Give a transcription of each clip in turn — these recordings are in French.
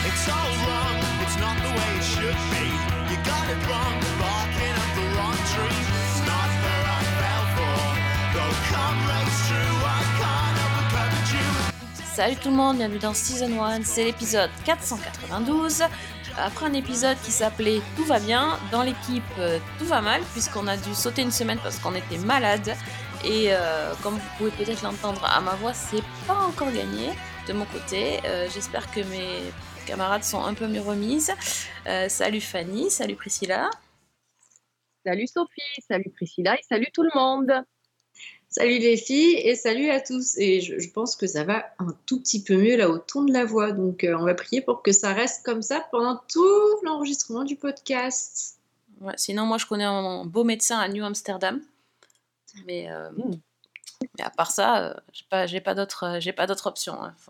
It's all wrong, it's not the way it should be. You got it wrong, barking up the wrong tree. It's not her I fell for, though come race true, I can't help but covet you. Salut tout le monde, bienvenue dans Season 1, c'est l'épisode 492. Après un épisode qui s'appelait Tout va bien, dans l'équipe tout va mal, puisqu'on a dû sauter une semaine parce qu'on était malade. Et comme vous pouvez peut-être l'entendre à ma voix, c'est pas encore gagné de mon côté. J'espère que mes camarades sont un peu mieux remises. Salut Fanny, salut Priscilla. Salut Sophie, salut Priscilla et salut tout le monde. Salut les filles et salut à tous. Et je pense que ça va un tout petit peu mieux là au ton de la voix. Donc on va prier pour que ça reste comme ça pendant tout l'enregistrement du podcast. Ouais, sinon moi je connais un beau médecin à New Amsterdam. Mais à part ça, j'ai pas d'autre option. Hein.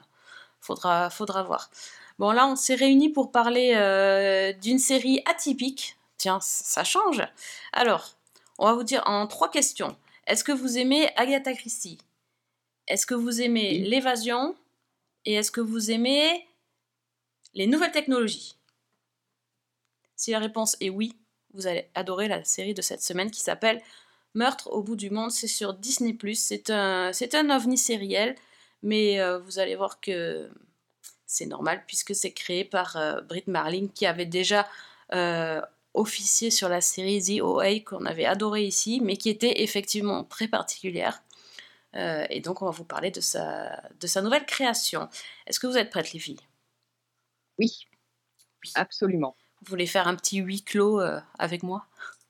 Faudra voir. Bon là on s'est réunis pour parler d'une série atypique. Tiens, ça change. Alors, on va vous dire en 3 questions. Est-ce que vous aimez Agatha Christie ? Est-ce que vous aimez l'évasion ? Et est-ce que vous aimez les nouvelles technologies ? Si la réponse est oui, vous allez adorer la série de cette semaine qui s'appelle Meurtre au bout du monde. C'est sur Disney+. C'est un ovni sériel, mais vous allez voir que c'est normal puisque c'est créé par Brit Marling qui avait déjà officier sur la série The OA qu'on avait adoré ici, mais qui était effectivement très particulière. Et donc on va vous parler de sa nouvelle création. Est-ce que vous êtes prêtes les filles ? Oui, absolument. Vous voulez faire un petit huis clos avec moi ?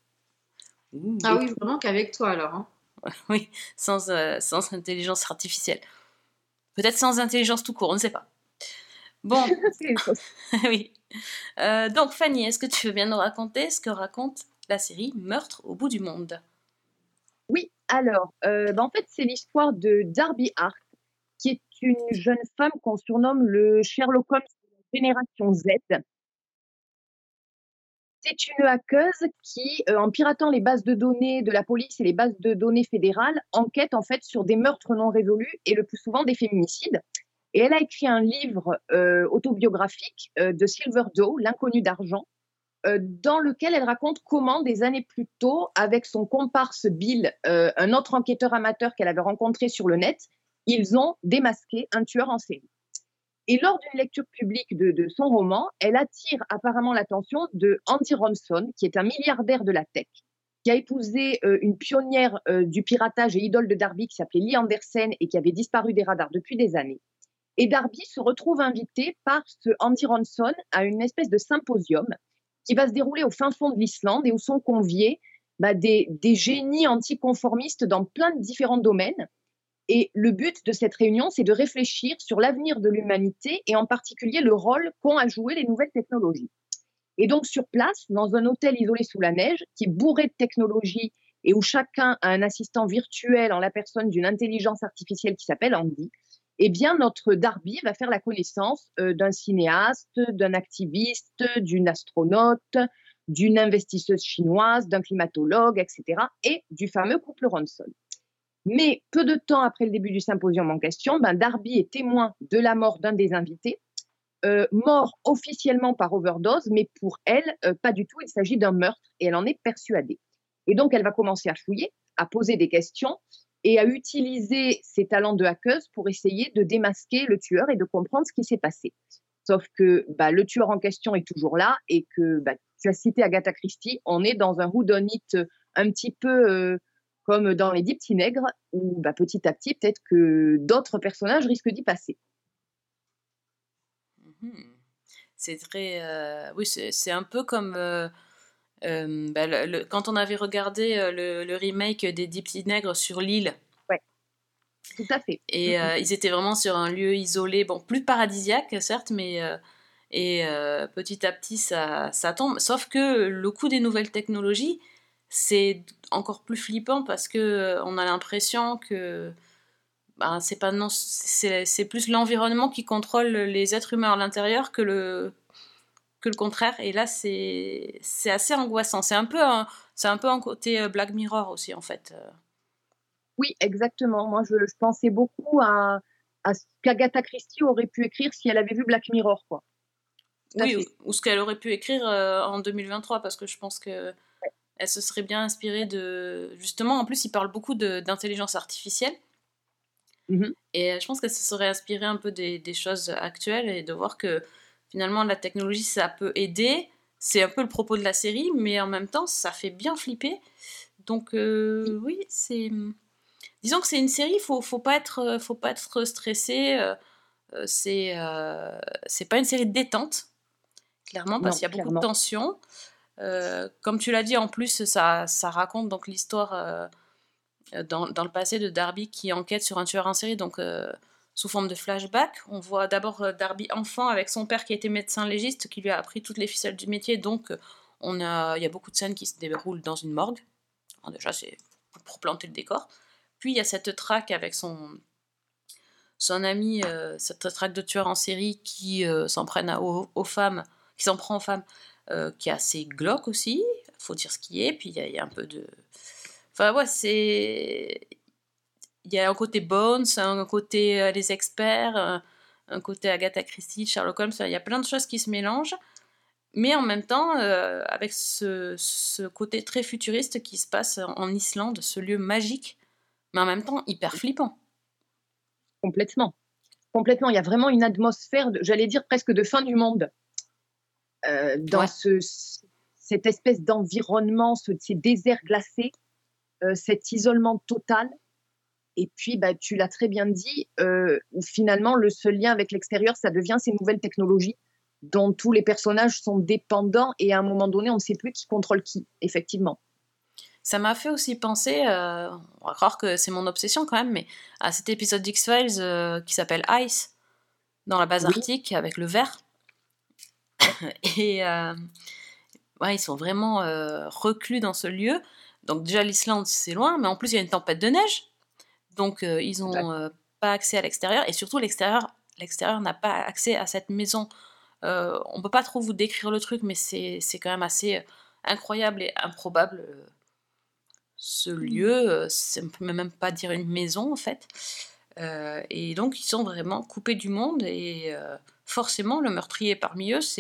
Ah oui, vraiment qu'avec toi alors. Hein. Oui, sans intelligence artificielle. Peut-être sans intelligence tout court, on ne sait pas. Bon, oui. Donc Fanny, est-ce que tu veux bien nous raconter ce que raconte la série Meurtre au bout du monde ? Oui, alors, en fait, c'est l'histoire de Darby Hart, qui est une jeune femme qu'on surnomme le Sherlock Holmes de la génération Z. C'est une hackeuse qui, en piratant les bases de données de la police et les bases de données fédérales, enquête en fait sur des meurtres non résolus et le plus souvent des féminicides. Et elle a écrit un livre autobiographique de Silver Doe, l'inconnu d'argent, dans lequel elle raconte comment, des années plus tôt, avec son comparse Bill, un autre enquêteur amateur qu'elle avait rencontré sur le net, ils ont démasqué un tueur en série. Et lors d'une lecture publique de son roman, elle attire apparemment l'attention de Andy Ronson, qui est un milliardaire de la tech, qui a épousé une pionnière du piratage et idole de Darby qui s'appelait Lee Anderson et qui avait disparu des radars depuis des années. Et Darby se retrouve invité par ce Andy Ronson à une espèce de symposium qui va se dérouler au fin fond de l'Islande et où sont conviés des génies anticonformistes dans plein de différents domaines. Et le but de cette réunion, c'est de réfléchir sur l'avenir de l'humanité et en particulier le rôle qu'ont à jouer les nouvelles technologies. Et donc sur place, dans un hôtel isolé sous la neige, qui est bourré de technologies et où chacun a un assistant virtuel en la personne d'une intelligence artificielle qui s'appelle Andy, eh bien, notre Darby va faire la connaissance d'un cinéaste, d'un activiste, d'une astronaute, d'une investisseuse chinoise, d'un climatologue, etc. et du fameux couple Ronson. Mais peu de temps après le début du symposium en question, Darby est témoin de la mort d'un des invités, mort officiellement par overdose, mais pour elle, pas du tout, il s'agit d'un meurtre et elle en est persuadée. Et donc, elle va commencer à fouiller, à poser des questions et à utiliser ses talents de hackeuse pour essayer de démasquer le tueur et de comprendre ce qui s'est passé. Sauf que le tueur en question est toujours là et que tu as cité Agatha Christie, on est dans un whodunit un petit peu comme dans les 10 petits nègres où petit à petit, peut-être que d'autres personnages risquent d'y passer. C'est très... oui, c'est un peu comme... quand on avait regardé le remake des 10 petits nègres sur l'île. Ouais, tout à fait. Et ils étaient vraiment sur un lieu isolé, bon, plus paradisiaque, certes, mais... petit à petit, ça tombe. Sauf que le coût des nouvelles technologies, c'est encore plus flippant parce qu'on a l'impression que c'est plus l'environnement qui contrôle les êtres humains à l'intérieur que le contraire. Et là, c'est assez angoissant. C'est un peu un côté Black Mirror aussi, en fait. Oui, exactement. Moi, je pensais beaucoup à ce qu'Agatha Christie aurait pu écrire si elle avait vu Black Mirror, quoi. tout à Oui, fait. ou ce qu'elle aurait pu écrire en 2023, parce que je pense que elle se serait bien inspirée de... Justement, en plus, il parle beaucoup d'intelligence artificielle, Mhm. et je pense qu'elle se serait inspirée un peu des choses actuelles, et de voir que finalement, la technologie, ça peut aider. C'est un peu le propos de la série, mais en même temps, ça fait bien flipper. Donc, Oui, oui, c'est... Disons que c'est une série, faut pas être stressé. C'est pas une série de détente, clairement, parce non, qu'il y a beaucoup de clairement. tension. Comme tu l'as dit, en plus, ça raconte donc l'histoire dans le passé de Darby qui enquête sur un tueur en série, donc sous forme de flashback. On voit d'abord Darby enfant avec son père qui était médecin légiste, qui lui a appris toutes les ficelles du métier, donc il y a beaucoup de scènes qui se déroulent dans une morgue. Alors déjà, c'est pour planter le décor. Puis il y a cette traque avec son ami, cette traque de tueur en série qui s'en prend aux femmes, qui est assez glauque aussi, faut dire ce qui est. Puis il y a un peu de... Enfin ouais, il y a un côté Bones, un côté les experts, un côté Agatha Christie, Sherlock Holmes, il y a plein de choses qui se mélangent, mais en même temps, avec ce côté très futuriste qui se passe en Islande, ce lieu magique, mais en même temps hyper flippant. Complètement. Complètement. Il y a vraiment une atmosphère, j'allais dire presque de fin du monde, dans Ouais. cette espèce d'environnement, ces déserts glacés, cet isolement total. Et puis, bah, tu l'as très bien dit, où finalement, le seul lien avec l'extérieur, ça devient ces nouvelles technologies dont tous les personnages sont dépendants et à un moment donné, on ne sait plus qui contrôle qui, effectivement. Ça m'a fait aussi penser, on va croire que c'est mon obsession quand même, mais à cet épisode d'X-Files qui s'appelle Ice, dans la base Oui, arctique, avec le verre. ouais, Et ouais, ils sont vraiment reclus dans ce lieu. Donc déjà, l'Islande, c'est loin, mais en plus, il y a une tempête de neige. Donc ils tout à n'ont pas accès à l'extérieur. Et surtout, l'extérieur n'a pas accès à cette maison. On ne peut pas trop vous décrire le truc, mais c'est quand même assez incroyable et improbable. Ce lieu, on ne peut même pas dire une maison en fait. Et donc ils sont vraiment coupés du monde et forcément le meurtrier parmi eux,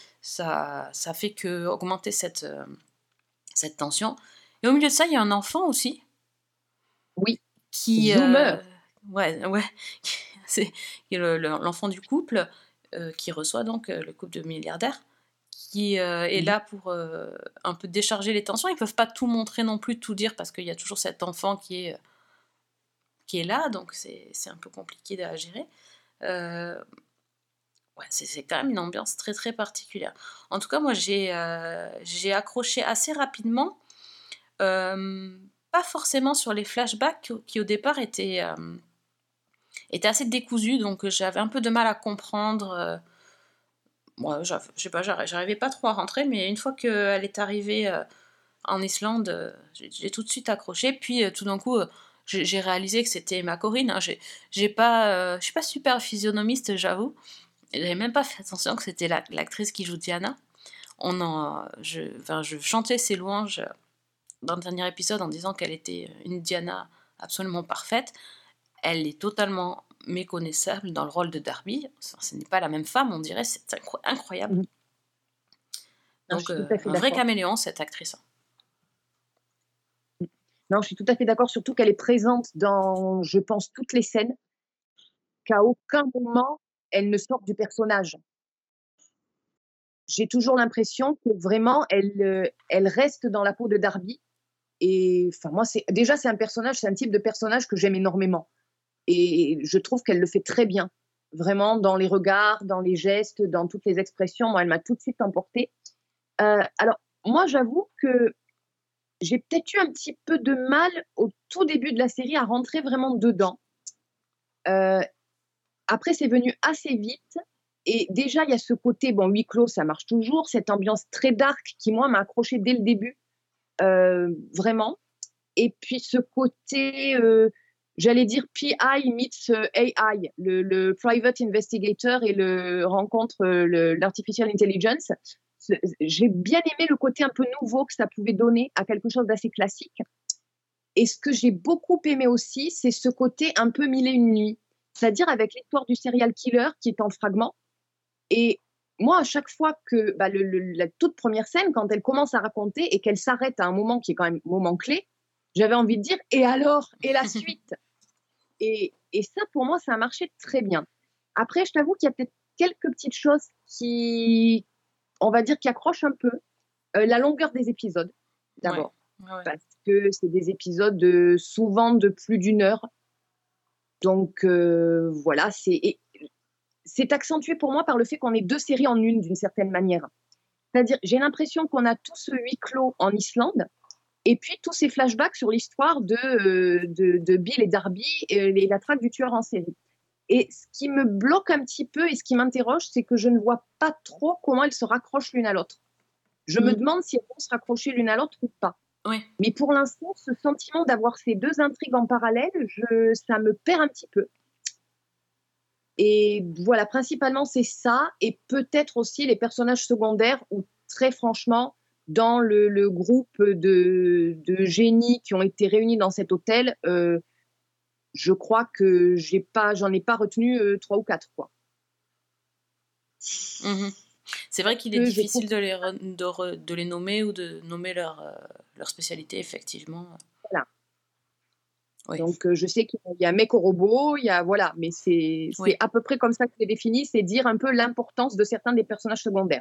ça fait que augmenter cette tension. Et au milieu de ça, il y a un enfant aussi oui, qui Zoomer. ouais c'est l'enfant du couple qui reçoit donc le couple de milliardaires qui est Mhm. là pour un peu décharger les tensions. Ils peuvent pas tout montrer non plus, tout dire parce qu'il y a toujours cet enfant qui est là, donc c'est un peu compliqué à gérer. Ouais, c'est quand même une ambiance très très particulière. En tout cas, moi j'ai accroché assez rapidement, euh, pas forcément sur les flashbacks qui au départ étaient assez décousus, donc j'avais un peu de mal à comprendre. Ouais, je sais pas, j'arrivais pas trop à rentrer, mais une fois qu'elle est arrivée en Islande, j'ai tout de suite accroché. Puis tout d'un coup, j'ai réalisé que c'était Emma Corrin. Hein. Je suis pas super physionomiste, j'avoue. J'avais même pas fait attention que c'était l'actrice qui joue Diana. Je chantais ses louanges dans le dernier épisode en disant qu'elle était une Diana absolument parfaite. Elle est totalement méconnaissable dans le rôle de Darby. Ce n'est pas la même femme, on dirait, c'est incroyable. Mhm. Non, je Donc, suis tout à fait un vrai d'accord. caméléon, cette actrice. Non, je suis tout à fait d'accord, surtout qu'elle est présente dans, je pense, toutes les scènes, qu'à aucun moment, elle ne sort du personnage. J'ai toujours l'impression que vraiment, elle reste dans la peau de Darby. Et enfin, moi, c'est un personnage, c'est un type de personnage que j'aime énormément. Et je trouve qu'elle le fait très bien, vraiment dans les regards, dans les gestes, dans toutes les expressions. Moi, elle m'a tout de suite emportée. Alors, moi, j'avoue que j'ai peut-être eu un petit peu de mal au tout début de la série à rentrer vraiment dedans. Après, c'est venu assez vite. Et déjà, il y a ce côté, bon, huis clos, ça marche toujours, cette ambiance très dark qui, moi, m'a accrochée dès le début, vraiment. Et puis, ce côté, j'allais dire PI meets AI, le Private Investigator et le rencontre l'Artificial Intelligence. J'ai bien aimé le côté un peu nouveau que ça pouvait donner à quelque chose d'assez classique. Et ce que j'ai beaucoup aimé aussi, c'est ce côté un peu mille et une nuits. C'est-à-dire avec l'histoire du serial killer qui est en fragments. Et moi, à chaque fois que la toute première scène, quand elle commence à raconter et qu'elle s'arrête à un moment qui est quand même un moment clé, j'avais envie de dire et alors, et la suite. Et ça, pour moi, ça a marché très bien. Après, je t'avoue qu'il y a peut-être quelques petites choses qui, on va dire, qui accrochent un peu. La longueur des épisodes, d'abord, Ouais. parce que c'est des épisodes souvent de plus d'1 heure. Donc voilà, c'est accentué pour moi par le fait qu'on ait 2 séries en une, d'une certaine manière. C'est-à-dire, j'ai l'impression qu'on a tout ce huis clos en Islande, et puis tous ces flashbacks sur l'histoire de Bill et Darby et la traque du tueur en série. Et ce qui me bloque un petit peu et ce qui m'interroge, c'est que je ne vois pas trop comment elles se raccrochent l'une à l'autre. Je me demande si elles vont se raccrocher l'une à l'autre ou pas. Oui. Mais pour l'instant, ce sentiment d'avoir ces 2 intrigues en parallèle, ça me perd un petit peu. Et voilà, principalement, c'est ça. Et peut-être aussi les personnages secondaires où, très franchement, dans le groupe de génies qui ont été réunis dans cet hôtel, je crois que j'en ai pas retenu 3 ou 4, quoi. C'est vrai qu'il est difficile de les nommer ou de nommer leur spécialité, effectivement. Voilà. Oui. Donc, je sais qu'il y a un mec au robot, voilà, mais c'est à peu près comme ça que c'est défini, c'est dire un peu l'importance de certains des personnages secondaires.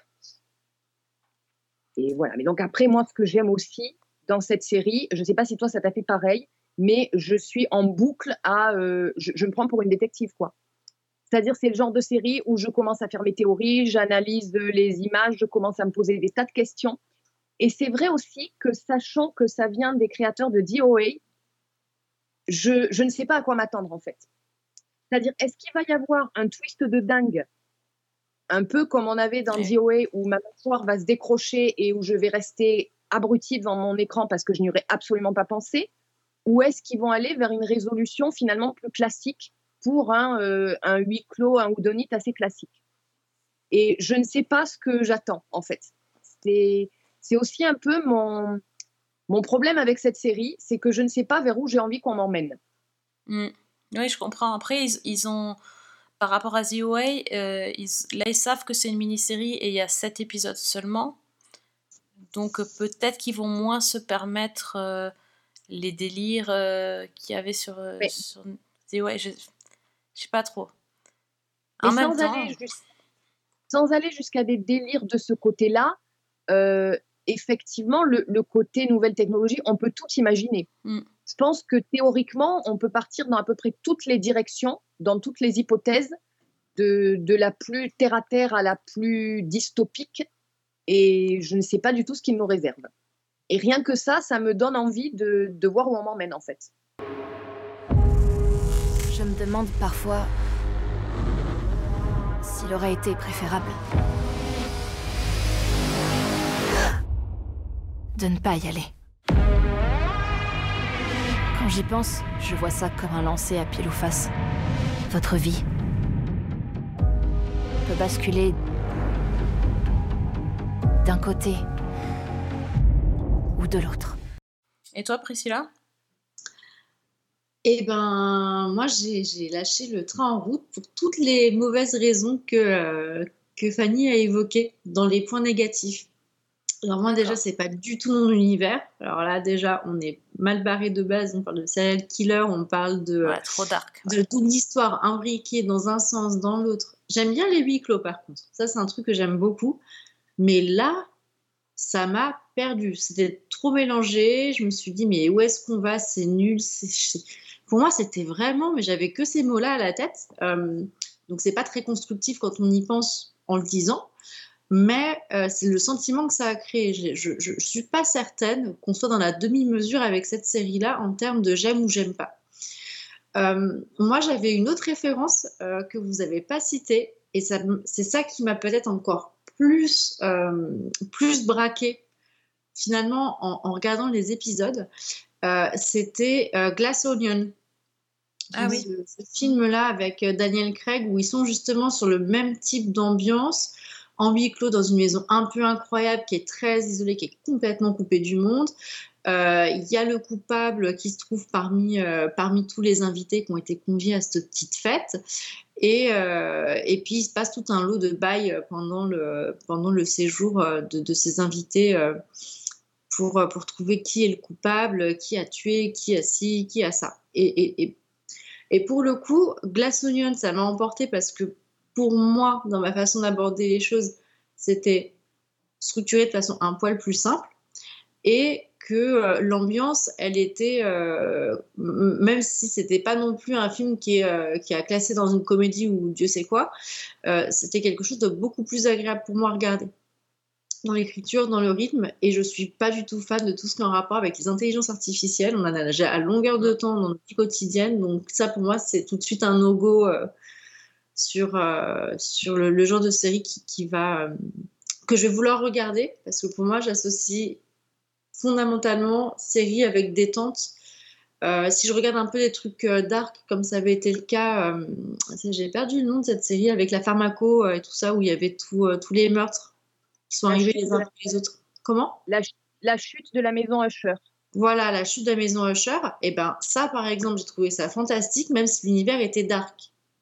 Et voilà. Mais donc après, moi, ce que j'aime aussi dans cette série, je ne sais pas si toi, ça t'a fait pareil, mais je suis en boucle je me prends pour une détective, quoi. C'est-à-dire, c'est le genre de série où je commence à faire mes théories, j'analyse les images, je commence à me poser des tas de questions. Et c'est vrai aussi que, sachant que ça vient des créateurs de DOA, je ne sais pas à quoi m'attendre, en fait. C'est-à-dire, est-ce qu'il va y avoir un twist de dingue, un peu comme on avait dans DOA, où ma mâchoire va se décrocher et où je vais rester abrutie devant mon écran parce que je n'y aurais absolument pas pensé, ou est-ce qu'ils vont aller vers une résolution finalement plus classique pour un huis clos, un whodunit assez classique. Et je ne sais pas ce que j'attends, en fait. C'est aussi un peu mon problème avec cette série, c'est que je ne sais pas vers où j'ai envie qu'on m'emmène. Oui, je comprends. Après, ils ont, par rapport à ZOA, ils savent que c'est une mini-série et il y a 7 épisodes seulement. Donc peut-être qu'ils vont moins se permettre les délires qu'il y avait sur ZOA. Je sais pas trop. En même temps, sans aller jusqu'à des délires de ce côté-là, effectivement, le côté nouvelle technologie, on peut tout imaginer. Je pense que théoriquement, on peut partir dans à peu près toutes les directions, dans toutes les hypothèses, de la plus terre-à-terre à la plus dystopique, et je ne sais pas du tout ce qu'il nous réserve. Et rien que ça me donne envie de voir où on m'emmène, en fait. Je me demande parfois s'il aurait été préférable de ne pas y aller. Quand j'y pense, je vois ça comme un lancer à pile ou face. Votre vie peut basculer d'un côté ou de l'autre. Et toi, Priscilla ? Eh ben, moi, j'ai lâché le train en route pour toutes les mauvaises raisons que Fanny a évoquées dans les points négatifs. Alors moi, déjà, c'est pas du tout mon univers. Alors là, déjà, on est mal barré de base. On parle de serial killer, on parle de trop dark, de toute l'histoire imbriquée dans un sens, dans l'autre. J'aime bien les huis clos, par contre. Ça, c'est un truc que j'aime beaucoup. Mais là, ça m'a perdue. C'était trop mélangé. Je me suis dit, mais où est-ce qu'on va ? C'est nul. Pour moi, c'était vraiment... Mais j'avais que ces mots-là à la tête. Donc, c'est pas très constructif quand on y pense en le disant. Mais c'est le sentiment que ça a créé. Je suis pas certaine qu'on soit dans la demi-mesure avec cette série-là en termes de j'aime ou j'aime pas. Moi, j'avais une autre référence que vous n'avez pas citée. Et c'est ça qui m'a peut-être encore plus braquée, finalement, en regardant les épisodes. C'était Glass Onion. Ah oui. Ce film-là avec Daniel Craig, où ils sont justement sur le même type d'ambiance, en huis clos dans une maison un peu incroyable, qui est très isolée, qui est complètement coupée du monde. Il y a le coupable qui se trouve parmi tous les invités qui ont été conviés à cette petite fête. Et puis, il se passe tout un lot de bails pendant le séjour de ces invités pour trouver qui est le coupable, qui a tué, qui a ci, qui a ça. Et pour le coup, Glass Onion, ça m'a emporté parce que pour moi, dans ma façon d'aborder les choses, c'était structuré de façon un poil plus simple et que l'ambiance, elle était, même si c'était pas non plus un film qui a classé dans une comédie ou Dieu sait quoi, c'était quelque chose de beaucoup plus agréable pour moi à regarder. Dans l'écriture, dans le rythme, et je suis pas du tout fan de tout ce qui est en rapport avec les intelligences artificielles. On en a déjà à longueur de temps dans notre vie quotidienne, donc ça pour moi c'est tout de suite un no-go sur le genre de série que je vais vouloir regarder, parce que pour moi j'associe fondamentalement série avec détente. Si je regarde un peu des trucs dark, comme ça avait été le cas, j'ai perdu le nom de cette série avec la pharmaco et tout ça, où il y avait tous les meurtres qui sont arrivés les uns après les autres. Comment ? La chute de la maison Usher. Voilà, la chute de la maison Usher. Et ben ça, par exemple, j'ai trouvé ça fantastique, même si l'univers était dark.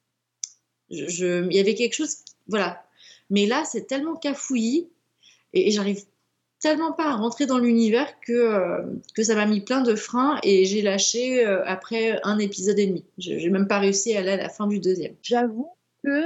Il y avait quelque chose, voilà. Mais là, c'est tellement cafouillis et j'arrive tellement pas à rentrer dans l'univers que ça m'a mis plein de freins et j'ai lâché après un épisode et demi. J'ai même pas réussi à aller à la fin du deuxième. J'avoue que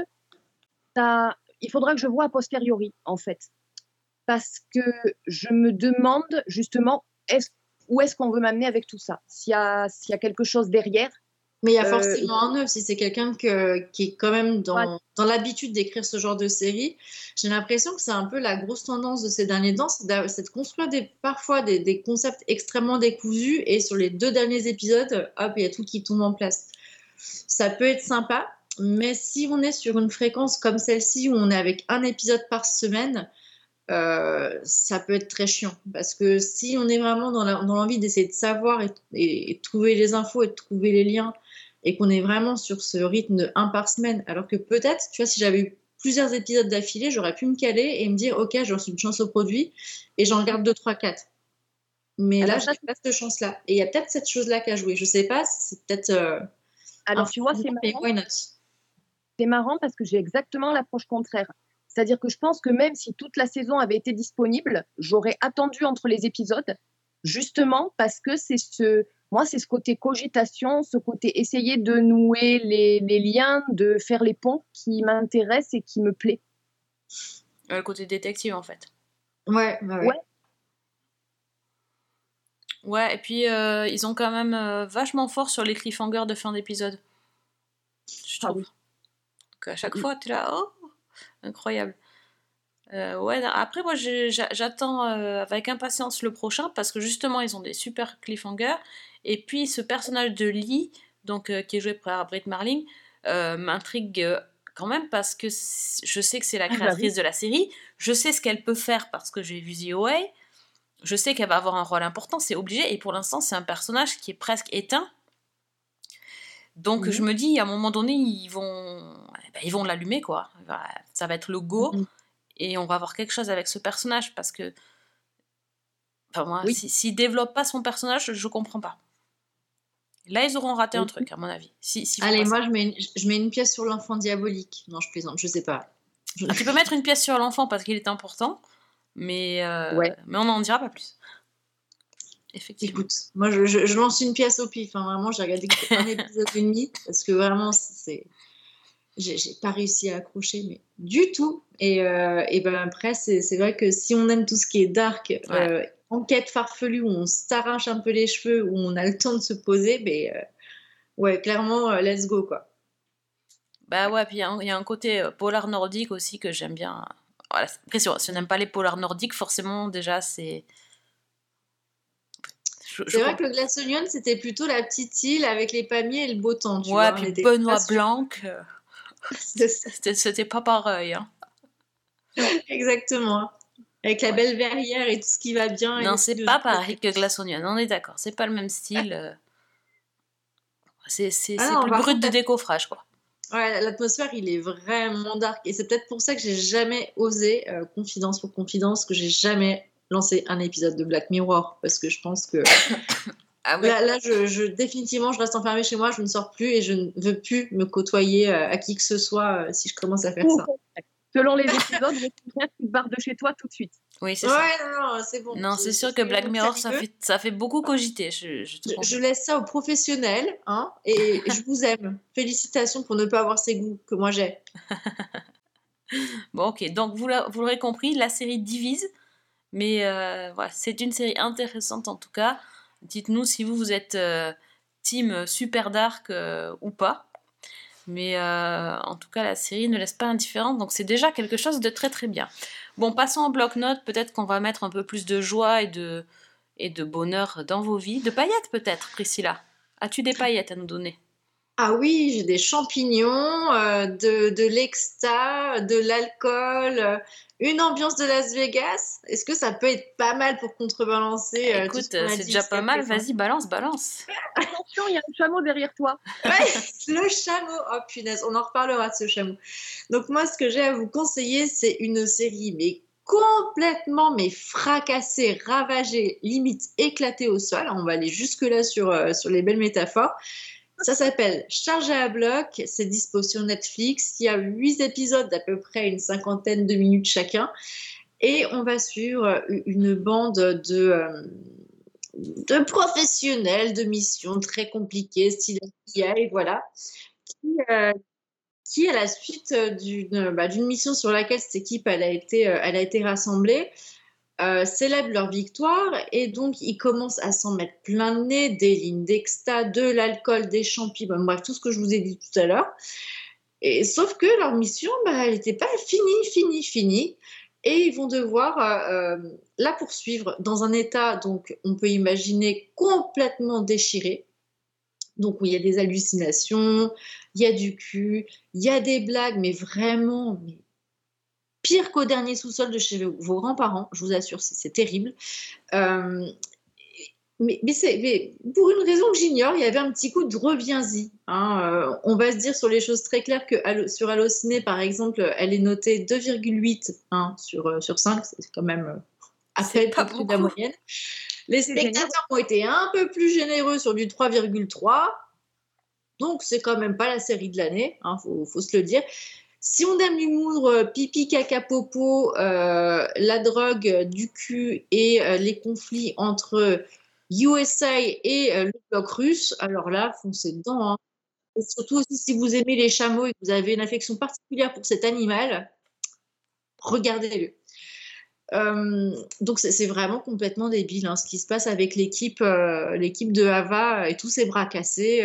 il faudra que je vois a posteriori, en fait. Parce que je me demande justement où est-ce qu'on veut m'amener avec tout ça. S'il y a quelque chose derrière. Mais il y a forcément un œuvre. Si c'est quelqu'un qui est quand même dans l'habitude d'écrire ce genre de série, j'ai l'impression que c'est un peu la grosse tendance de ces derniers temps, c'est de construire parfois des concepts extrêmement décousus et sur les 2 derniers épisodes, hop, il y a tout qui tombe en place. Ça peut être sympa, mais si on est sur une fréquence comme celle-ci où on est avec un épisode par semaine, ça peut être très chiant, parce que si on est vraiment dans l'envie d'essayer de savoir et de trouver les infos et de trouver les liens, et qu'on est vraiment sur ce rythme de 1 par semaine, alors que peut-être, tu vois, si j'avais eu plusieurs épisodes d'affilée, j'aurais pu me caler et me dire ok, j'en suis une chance au produit et j'en regarde 2, 3, 4. Mais alors, là, je n'ai pas cette chance-là, et il y a peut-être cette chose-là qui a joué, je sais pas, c'est peut-être alors tu vois, c'est marrant. Why not ? C'est marrant parce que j'ai exactement l'approche contraire. C'est-à-dire que je pense que même si toute la saison avait été disponible, j'aurais attendu entre les épisodes, justement parce que c'est ce côté cogitation, ce côté essayer de nouer les liens, de faire les ponts qui m'intéresse et qui me plaît. Le côté détective, en fait. Ouais. Ouais, et puis ils ont quand même vachement fort sur les cliffhangers de fin d'épisode. Je trouve. Oui. Donc à chaque fois, t'es là, oh, incroyable. Ouais, après, moi, j'attends avec impatience le prochain parce que justement, ils ont des super cliffhangers. Et puis, ce personnage de Lee, donc, qui est joué par Brit Marling, m'intrigue quand même parce que je sais que c'est la créatrice de la série. Je sais ce qu'elle peut faire parce que j'ai vu The OA. Je sais qu'elle va avoir un rôle important, c'est obligé. Et pour l'instant, c'est un personnage qui est presque éteint. Donc, je me dis, à un moment donné, ils vont l'allumer, quoi. Ça va être le go. Et on va avoir quelque chose avec ce personnage parce que, enfin, moi, s'ils ne développent pas son personnage, je ne comprends pas. Là, ils auront raté un truc, à mon avis. Allez, moi, je mets une pièce sur l'enfant diabolique. Non, je plaisante, je sais pas. Tu peux mettre une pièce sur l'enfant parce qu'il est important, mais on n'en dira pas plus. Effectivement. Écoute, moi, je lance une pièce au pif. Hein. Vraiment, j'ai regardé un épisode et demi parce que vraiment, j'ai pas réussi à accrocher, mais du tout. Et ben après, c'est vrai que si on aime tout ce qui est dark, enquête farfelue, où on s'arrache un peu les cheveux, où on a le temps de se poser, ouais, clairement, let's go, quoi. Bah ouais, puis il y a un côté polar nordique aussi que j'aime bien. Voilà, après, si on n'aime pas les polars nordiques, forcément, déjà, c'est... C'est vrai que le Glass Onion, c'était plutôt la petite île avec les palmiers et le beau temps, tu vois. Ouais, puis Benoît Blanc, c'était pas pareil, hein. Exactement. Avec la belle verrière et tout ce qui va bien. Non, c'est pas pareil que Glass Onion, on est d'accord. C'est pas le même style. C'est plus brut de décoffrage, quoi. Ouais, l'atmosphère, il est vraiment dark. Et c'est peut-être pour ça que j'ai jamais osé, confidence pour confidence, que j'ai jamais lancé un épisode de Black Mirror. Parce que je pense que Ah ouais. Là, définitivement, je reste enfermée chez moi, je ne sors plus et je ne veux plus me côtoyer à qui que ce soit si je commence à faire ça. Selon les épisodes, tu te barres de chez toi tout de suite. Oui, c'est ça. Ouais, non, c'est bon. Non, c'est sûr que Black Mirror, ça fait beaucoup cogiter. Je laisse ça aux professionnels, hein, et je vous aime. Félicitations pour ne pas avoir ces goûts que moi j'ai. Bon, ok. Donc, vous l'aurez compris, la série divise. Mais voilà, c'est une série intéressante en tout cas. Dites-nous si vous êtes team super dark ou pas. Mais en tout cas, la série ne laisse pas indifférente. Donc, c'est déjà quelque chose de très très bien. Bon, passons en bloc-notes. Peut-être qu'on va mettre un peu plus de joie et de bonheur dans vos vies. De paillettes peut-être, Priscilla. As-tu des paillettes à nous donner? Ah oui, j'ai des champignons, de l'exta, de l'alcool, une ambiance de Las Vegas. Est-ce que ça peut être pas mal pour contrebalancer Écoute, c'est déjà pas mal. Vas-y, balance. Attention, il y a un chameau derrière toi. Ouais, le chameau. Oh punaise, on en reparlera de ce chameau. Donc moi, ce que j'ai à vous conseiller, c'est une série, mais complètement fracassée, ravagée, limite éclatée au sol. On va aller jusque-là sur les belles métaphores. Ça s'appelle Chargé à bloc, c'est dispo sur Netflix. Il y a 8 épisodes d'à peu près une 50aine de minutes chacun. Et on va suivre une bande de professionnels de missions très compliquées, style FBI, voilà, qui à la suite d'une mission sur laquelle cette équipe elle a été rassemblée, célèbrent leur victoire et donc ils commencent à s'en mettre plein le nez, des lignes d'exta, de l'alcool, des champignons, bref, tout ce que je vous ai dit tout à l'heure. Et sauf que leur mission, elle n'était pas finie. Et ils vont devoir la poursuivre dans un état, donc on peut imaginer complètement déchiré. Donc où il y a des hallucinations, il y a du cul, il y a des blagues, mais vraiment pire qu'au dernier sous-sol de chez vos grands-parents, je vous assure, c'est terrible. Mais pour une raison que j'ignore, il y avait un petit coup de reviens-y. Hein. On va se dire sur les choses très claires que sur Allociné, par exemple, elle est notée 2,8 sur 5. C'est quand même à peine au-dessus de la moyenne. Les spectateurs ont été un peu plus généreux sur du 3,3. Donc, c'est quand même pas la série de l'année, faut se le dire. Si on aime l'humour pipi, caca, popo, la drogue, du cul et les conflits entre USA et le bloc russe, alors là, foncez dedans. Hein. Et surtout aussi, si vous aimez les chameaux et que vous avez une affection particulière pour cet animal, regardez-le. Donc c'est vraiment complètement débile ce qui se passe avec l'équipe de Hava et tous ces bras cassés.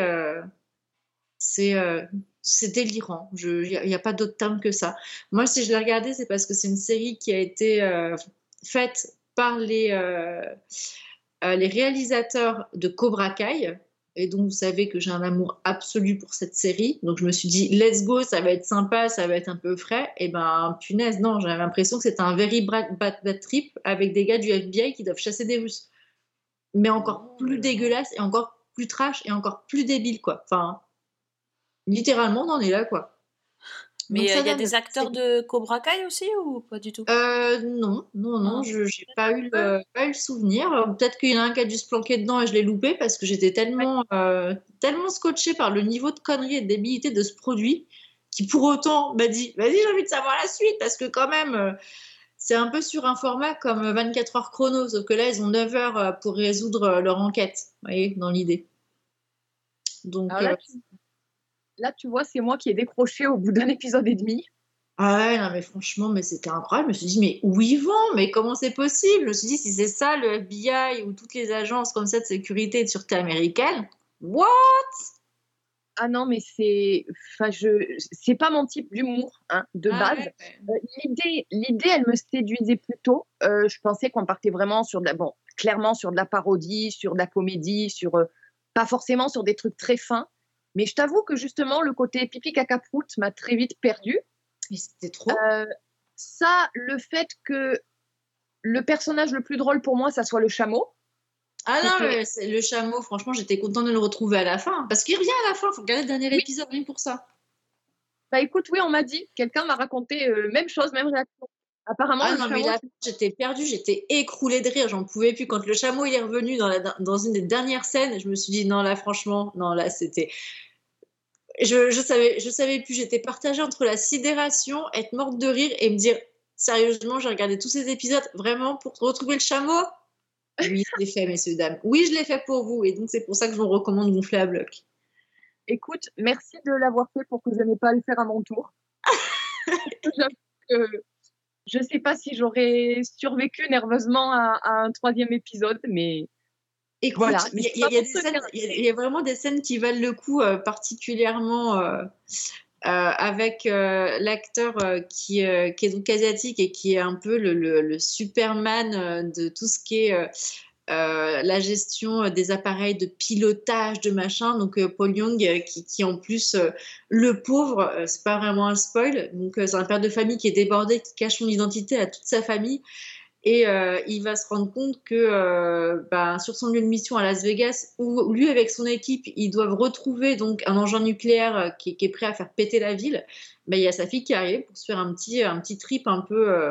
C'est délirant. Il n'y a pas d'autre terme que ça. Moi, si je l'ai regardée, c'est parce que c'est une série qui a été faite par les réalisateurs de Cobra Kai. Et donc, vous savez que j'ai un amour absolu pour cette série. Donc, je me suis dit, let's go, ça va être sympa, ça va être un peu frais. Et ben, punaise, non, j'avais l'impression que c'était un very bad trip avec des gars du FBI qui doivent chasser des Russes. Mais encore plus dégueulasse et encore plus trash et encore plus débile, quoi. Enfin, littéralement, on en est là, quoi. Mais il y a des acteurs de Cobra Kai aussi ou pas du tout? Non, je n'ai pas eu le souvenir. Peut-être qu'il y en a un qui a dû se planquer dedans et je l'ai loupé parce que j'étais tellement scotchée par le niveau de connerie et de débilité de ce produit qui pour autant m'a dit « Vas-y, j'ai envie de savoir la suite » parce que quand même, c'est un peu sur un format comme 24 heures chrono, sauf que là, ils ont 9 heures pour résoudre leur enquête, vous voyez, dans l'idée. Donc... Là, tu vois, c'est moi qui ai décroché au bout d'un épisode et demi. Ah ouais, non, mais franchement, c'était incroyable. Je me suis dit, mais où ils vont? Mais comment c'est possible? Je me suis dit, si c'est ça, le FBI ou toutes les agences comme ça de sécurité et de sûreté américaine, what? Ah non, mais c'est pas mon type d'humour de base. Ouais. L'idée, elle me séduisait plutôt. Je pensais qu'on partait vraiment clairement sur de la parodie, sur de la comédie, pas forcément sur des trucs très fins. Mais je t'avoue que justement, le côté pipi caca prout m'a très vite perdue. Mais c'était trop. Ça, le fait que le personnage le plus drôle pour moi, ça soit le chameau. Ah non, le chameau, franchement, j'étais contente de le retrouver à la fin. Parce qu'il revient à la fin, il faut regarder le dernier épisode, rien pour ça. Bah écoute, oui, on m'a dit. Quelqu'un m'a raconté même chose, même réaction. Apparemment, Ah le non, mais chameau, là, j'étais perdue, j'étais écroulée de rire, j'en pouvais plus. Quand le chameau il est revenu dans une des dernières scènes, je me suis dit non, là, franchement, non, là, c'était. Je savais plus, j'étais partagée entre la sidération, être morte de rire et me dire sérieusement, j'ai regardé tous ces épisodes vraiment pour retrouver le chameau. Oui, je l'ai fait, messieurs, dames. Oui, je l'ai fait pour vous. Et donc, c'est pour ça que je vous recommande Gonfler à bloc. écoute, merci de l'avoir fait pour que je n'ai pas à le faire à mon tour. J'avoue que je ne sais pas si j'aurais survécu nerveusement à un 3e épisode, mais Écoute, voilà. Mais il y a vraiment des scènes qui valent le coup, particulièrement avec l'acteur qui est donc asiatique et qui est un peu le Superman de tout ce qui est la gestion des appareils de pilotage, de machin. Donc Paul Young, qui en plus, le pauvre, c'est pas vraiment un spoil. Donc c'est un père de famille qui est débordé, qui cache son identité à toute sa famille. Et il va se rendre compte que sur son lieu de mission à Las Vegas, où lui avec son équipe, ils doivent retrouver donc un engin nucléaire qui est prêt à faire péter la ville. Il y a sa fille qui arrive pour se faire un petit trip un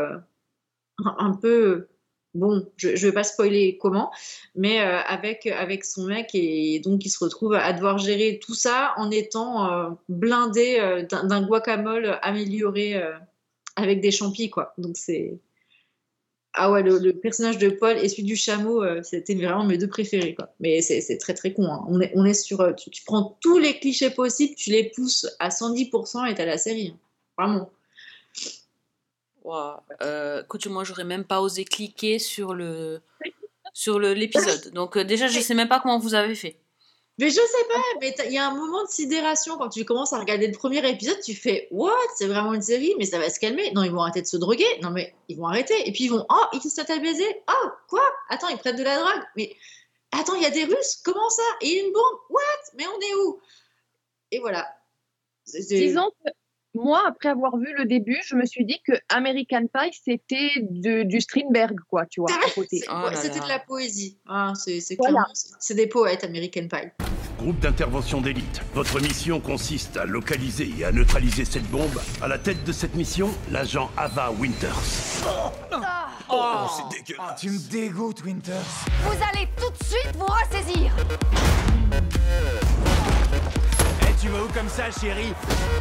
peu bon, je vais pas spoiler comment, mais avec son mec, et donc il se retrouve à devoir gérer tout ça en étant blindé d'un guacamole amélioré avec des champis, quoi. Donc c'est ah ouais, le personnage de Paul et celui du chameau, c'était vraiment mes deux préférés, quoi. Mais c'est très très con, hein. On est sur tu prends tous les clichés possibles, tu les pousses à 110% et t'as la série, hein. Vraiment. Wow. Écoute, moi, j'aurais même pas osé cliquer sur l'épisode. Donc, déjà, je sais même pas comment vous avez fait. Mais je sais pas, mais il y a un moment de sidération quand tu commences à regarder le premier épisode, tu fais what? C'est vraiment une série, mais ça va se calmer. Non, ils vont arrêter de se droguer. Non, mais ils vont arrêter. Et puis ils vont ils se mettent à baiser. Oh, quoi? Attends, ils prennent de la drogue. Mais attends, il y a des Russes? Comment ça? Et une bombe? What? Mais on est où? Et voilà. disons que moi, après avoir vu le début, je me suis dit que American Pie, c'était du Strindberg, quoi, tu vois, à côté. C'était de la poésie. Ah, c'est Voilà. clairement, c'est des poètes, American Pie. Groupe d'intervention d'élite. Votre mission consiste à localiser et à neutraliser cette bombe. À la tête de cette mission, l'agent Ava Winters. C'est dégueulasse. Tu me dégoûtes, Winters. Vous allez tout de suite vous ressaisir. Tu vas où comme ça, chérie?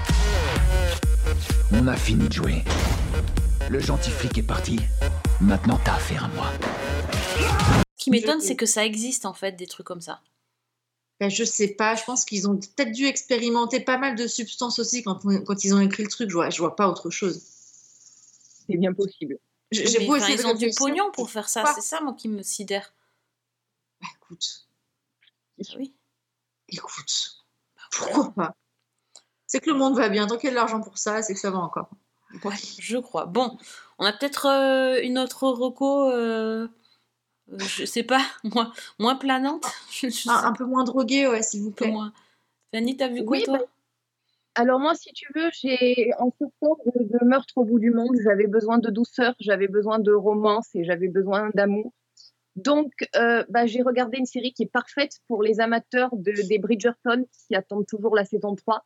On a fini de jouer. Le gentil flic est parti. Maintenant, t'as affaire à moi. Ce qui m'étonne, c'est que ça existe, en fait, des trucs comme ça. Je sais pas, je pense qu'ils ont peut-être dû expérimenter pas mal de substances aussi quand ils ont écrit le truc. Je vois pas autre chose. C'est bien possible. J'ai beau essayer de ils ont du réfléchir. pognon pour faire ça, Quoi? c'est ça, moi, qui me sidère. Écoute, Oui. écoute, pourquoi pas? C'est que le monde va bien. Tant qu'il y a de l'argent pour ça, c'est que ça va encore. Ouais, je crois. Bon, on a peut-être une autre reco, je sais pas, moins planante. Je sais Un peu moins drogué, ouais, s'il vous pas, plaît. moins. Fanny, t'as vu quoi, Oui, toi? Alors moi, si tu veux, en sortant de Meurtre au bout du monde, j'avais besoin de douceur, j'avais besoin de romance et j'avais besoin d'amour. Donc, j'ai regardé une série qui est parfaite pour les amateurs des Bridgerton qui attendent toujours la saison 3.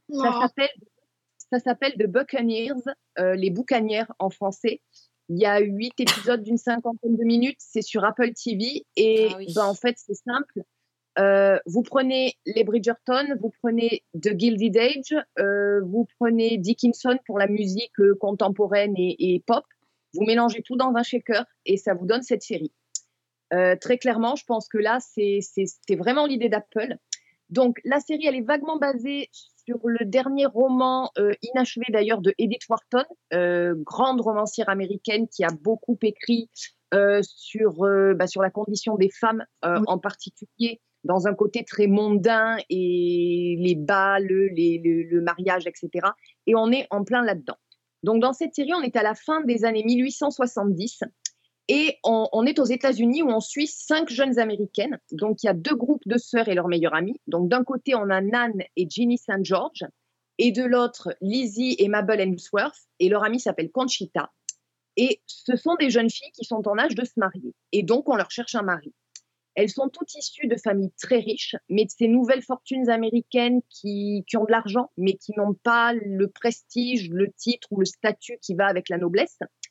Ça s'appelle The Buccaneers, les boucanières en français. Il y a 8 épisodes d'une 50aine de minutes, c'est sur Apple TV et en fait, c'est simple. Vous prenez les Bridgerton, vous prenez The Gilded Age, vous prenez Dickinson pour la musique contemporaine et pop, vous mélangez tout dans un shaker et ça vous donne cette série. Très clairement, je pense que là, c'était vraiment l'idée d'Apple. Donc, la série, elle est vaguement basée sur le dernier roman inachevé d'ailleurs de Edith Wharton, grande romancière américaine qui a beaucoup écrit sur la condition des femmes, en particulier dans un côté très mondain et les bals, le mariage, etc. Et on est en plein là-dedans. Donc, dans cette série, on est à la fin des années 1870 et on est aux États-Unis où on suit 5 jeunes Américaines. Donc, il y a 2 groupes de sœurs et leur meilleure amie. Donc, d'un côté, on a Nan et Ginny St. George et de l'autre, Lizzie et Mabel Hemsworth et leur amie s'appelle Conchita. Et ce sont des jeunes filles qui sont en âge de se marier. Et donc, on leur cherche un mari. Elles sont toutes issues de familles très riches, mais de ces nouvelles fortunes américaines qui ont de l'argent, mais qui n'ont pas le prestige, le titre ou le statut qui va avec la noblesse.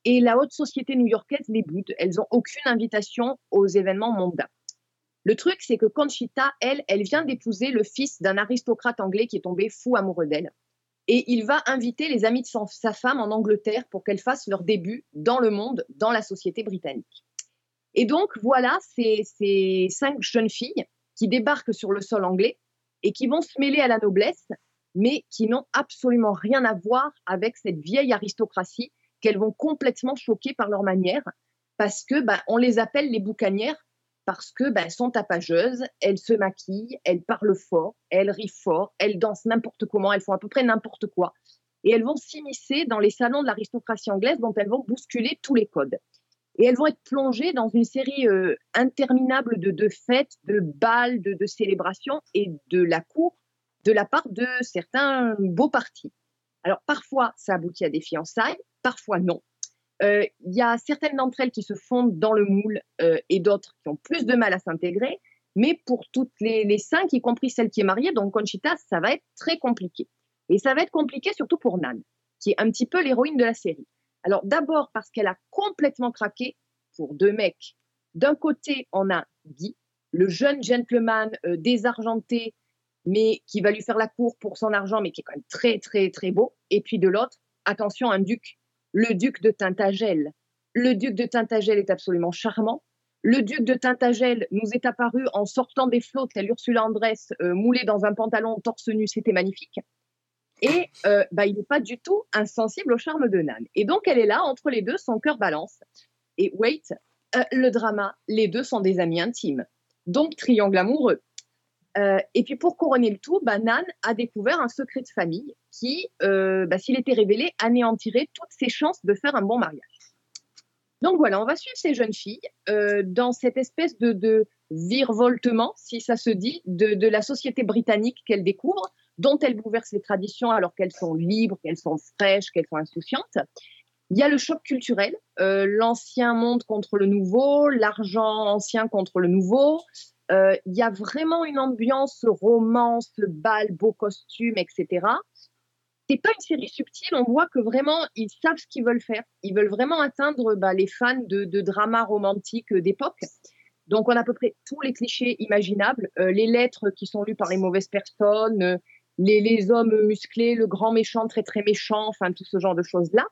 Et la haute société new-yorkaise les boude. Elles n'ont aucune invitation aux événements mondains. Le truc, c'est que Conchita, elle vient d'épouser le fils d'un aristocrate anglais qui est tombé fou amoureux d'elle. Et il va inviter les amis de sa femme en Angleterre pour qu'elles fassent leur début dans le monde, dans la société britannique. Et donc, voilà ces 5 jeunes filles qui débarquent sur le sol anglais et qui vont se mêler à la noblesse, mais qui n'ont absolument rien à voir avec cette vieille aristocratie qu'elles vont complètement choquer par leur manière, parce que on les appelle les boucanières, parce que elles sont tapageuses, elles se maquillent, elles parlent fort, elles rient fort, elles dansent n'importe comment, elles font à peu près n'importe quoi. Et elles vont s'immiscer dans les salons de l'aristocratie anglaise dont elles vont bousculer tous les codes. Et elles vont être plongées dans une série interminable de fêtes, de balles, de célébrations et de la cour de la part de certains beaux partis. Alors parfois, ça aboutit à des fiançailles, parfois non. Il y a certaines d'entre elles qui se fondent dans le moule et d'autres qui ont plus de mal à s'intégrer. Mais pour toutes les 5, y compris celle qui est mariée, donc Conchita, ça va être très compliqué. Et ça va être compliqué surtout pour Nan, qui est un petit peu l'héroïne de la série. Alors d'abord parce qu'elle a complètement craqué pour 2 mecs. D'un côté, on a Guy, le jeune gentleman désargenté, mais qui va lui faire la cour pour son argent, mais qui est quand même très, très, très beau. Et puis de l'autre, attention, un duc, le duc de Tintagel. Le duc de Tintagel est absolument charmant. Le duc de Tintagel nous est apparu en sortant des flots tel Ursula Andress, moulé dans un pantalon torse nu, c'était magnifique. Et il n'est pas du tout insensible au charme de Nan. Et donc, elle est là, entre les deux, son cœur balance. Et wait, le drama, les deux sont des amis intimes. Donc, triangle amoureux. Et puis, pour couronner le tout, Nan a découvert un secret de famille qui, s'il était révélé, anéantirait toutes ses chances de faire un bon mariage. Donc voilà, on va suivre ces jeunes filles dans cette espèce de virevoltement, si ça se dit, de la société britannique qu'elles découvrent, dont elles bouleversent les traditions alors qu'elles sont libres, qu'elles sont fraîches, qu'elles sont insouciantes. Il y a le choc culturel, l'ancien monde contre le nouveau, l'argent ancien contre le nouveau. Il y a vraiment une ambiance romance, bal, beaux costumes, etc. C'est pas une série subtile, on voit que vraiment ils savent ce qu'ils veulent faire. Ils veulent vraiment atteindre les fans de dramas romantiques d'époque. Donc on a à peu près tous les clichés imaginables, les lettres qui sont lues par les mauvaises personnes, les hommes musclés, le grand méchant très très méchant, enfin tout ce genre de choses-là.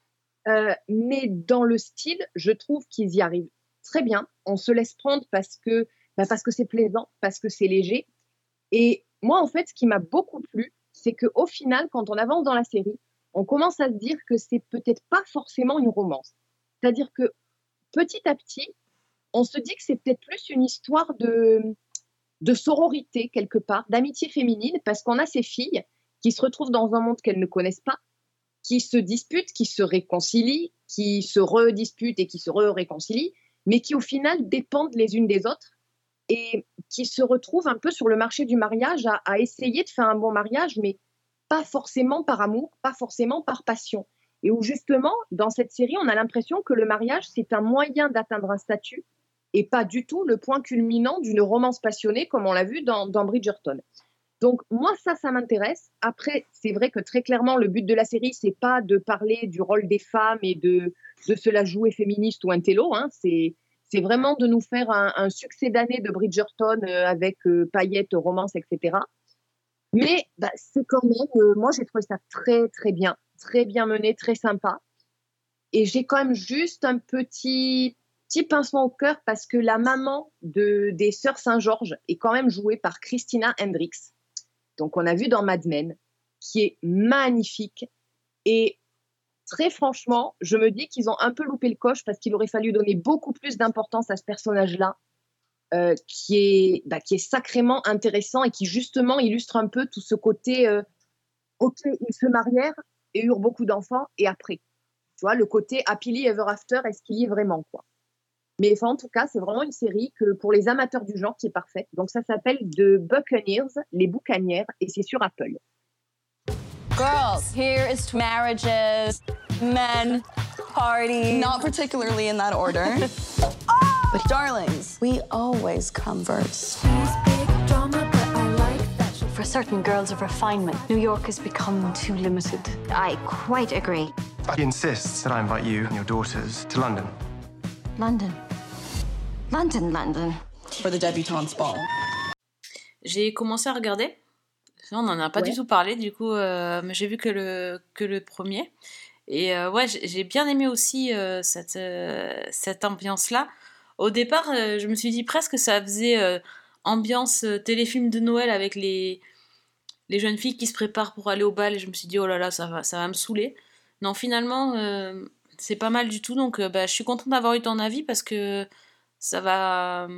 Mais dans le style, je trouve qu'ils y arrivent très bien. On se laisse prendre parce que c'est plaisant, parce que c'est léger. Et moi, en fait, ce qui m'a beaucoup plu, c'est qu'au final, quand on avance dans la série, on commence à se dire que c'est peut-être pas forcément une romance. C'est-à-dire que petit à petit, on se dit que c'est peut-être plus une histoire de sororité quelque part, d'amitié féminine, parce qu'on a ces filles qui se retrouvent dans un monde qu'elles ne connaissent pas, qui se disputent, qui se réconcilient, qui se redisputent et qui se réconcilient, mais qui au final dépendent les unes des autres et qui se retrouvent un peu sur le marché du mariage à essayer de faire un bon mariage, mais pas forcément par amour, pas forcément par passion. Et où justement, dans cette série, on a l'impression que le mariage, c'est un moyen d'atteindre un statut et pas du tout le point culminant d'une romance passionnée comme on l'a vu dans Bridgerton. Donc moi, ça m'intéresse. Après, c'est vrai que très clairement, le but de la série, c'est pas de parler du rôle des femmes et de se la jouer féministe ou intello, hein. C'est vraiment de nous faire un succès d'année de Bridgerton avec paillettes, romance, etc. Mais c'est quand même, moi j'ai trouvé ça très très bien mené, très sympa. Et j'ai quand même juste un petit pincement au cœur parce que la maman des sœurs Saint-Georges est quand même jouée par Christina Hendricks. Donc on a vu dans Mad Men, qui est magnifique. Et très franchement, je me dis qu'ils ont un peu loupé le coche parce qu'il aurait fallu donner beaucoup plus d'importance à ce personnage-là, qui est sacrément intéressant et qui justement illustre un peu tout ce côté ok, ils se marièrent et eurent beaucoup d'enfants et après, tu vois, le côté happily ever after, est-ce qu'il y est vraiment, quoi. Mais enfin, en tout cas, c'est vraiment une série que pour les amateurs du genre qui est parfaite. Donc ça s'appelle The Buccaneers, les boucanières, et c'est sur Apple. Girls, here is to marriages, men, parties. Not particularly in that order. But darlings, we always come first. For certain girls of refinement, New York has become too limited. I quite agree. He insists that I invite you and your daughters to London. London. London. For the débutantes ball. J'ai commencé à regarder. On n'en a pas du tout parlé, du coup, mais j'ai vu que le premier. Et j'ai bien aimé aussi cette ambiance-là. Au départ, je me suis dit presque que ça faisait ambiance téléfilm de Noël avec les jeunes filles qui se préparent pour aller au bal. Et je me suis dit, oh là là, ça va me saouler. Non, finalement, c'est pas mal du tout. Donc, je suis contente d'avoir eu ton avis parce que ça va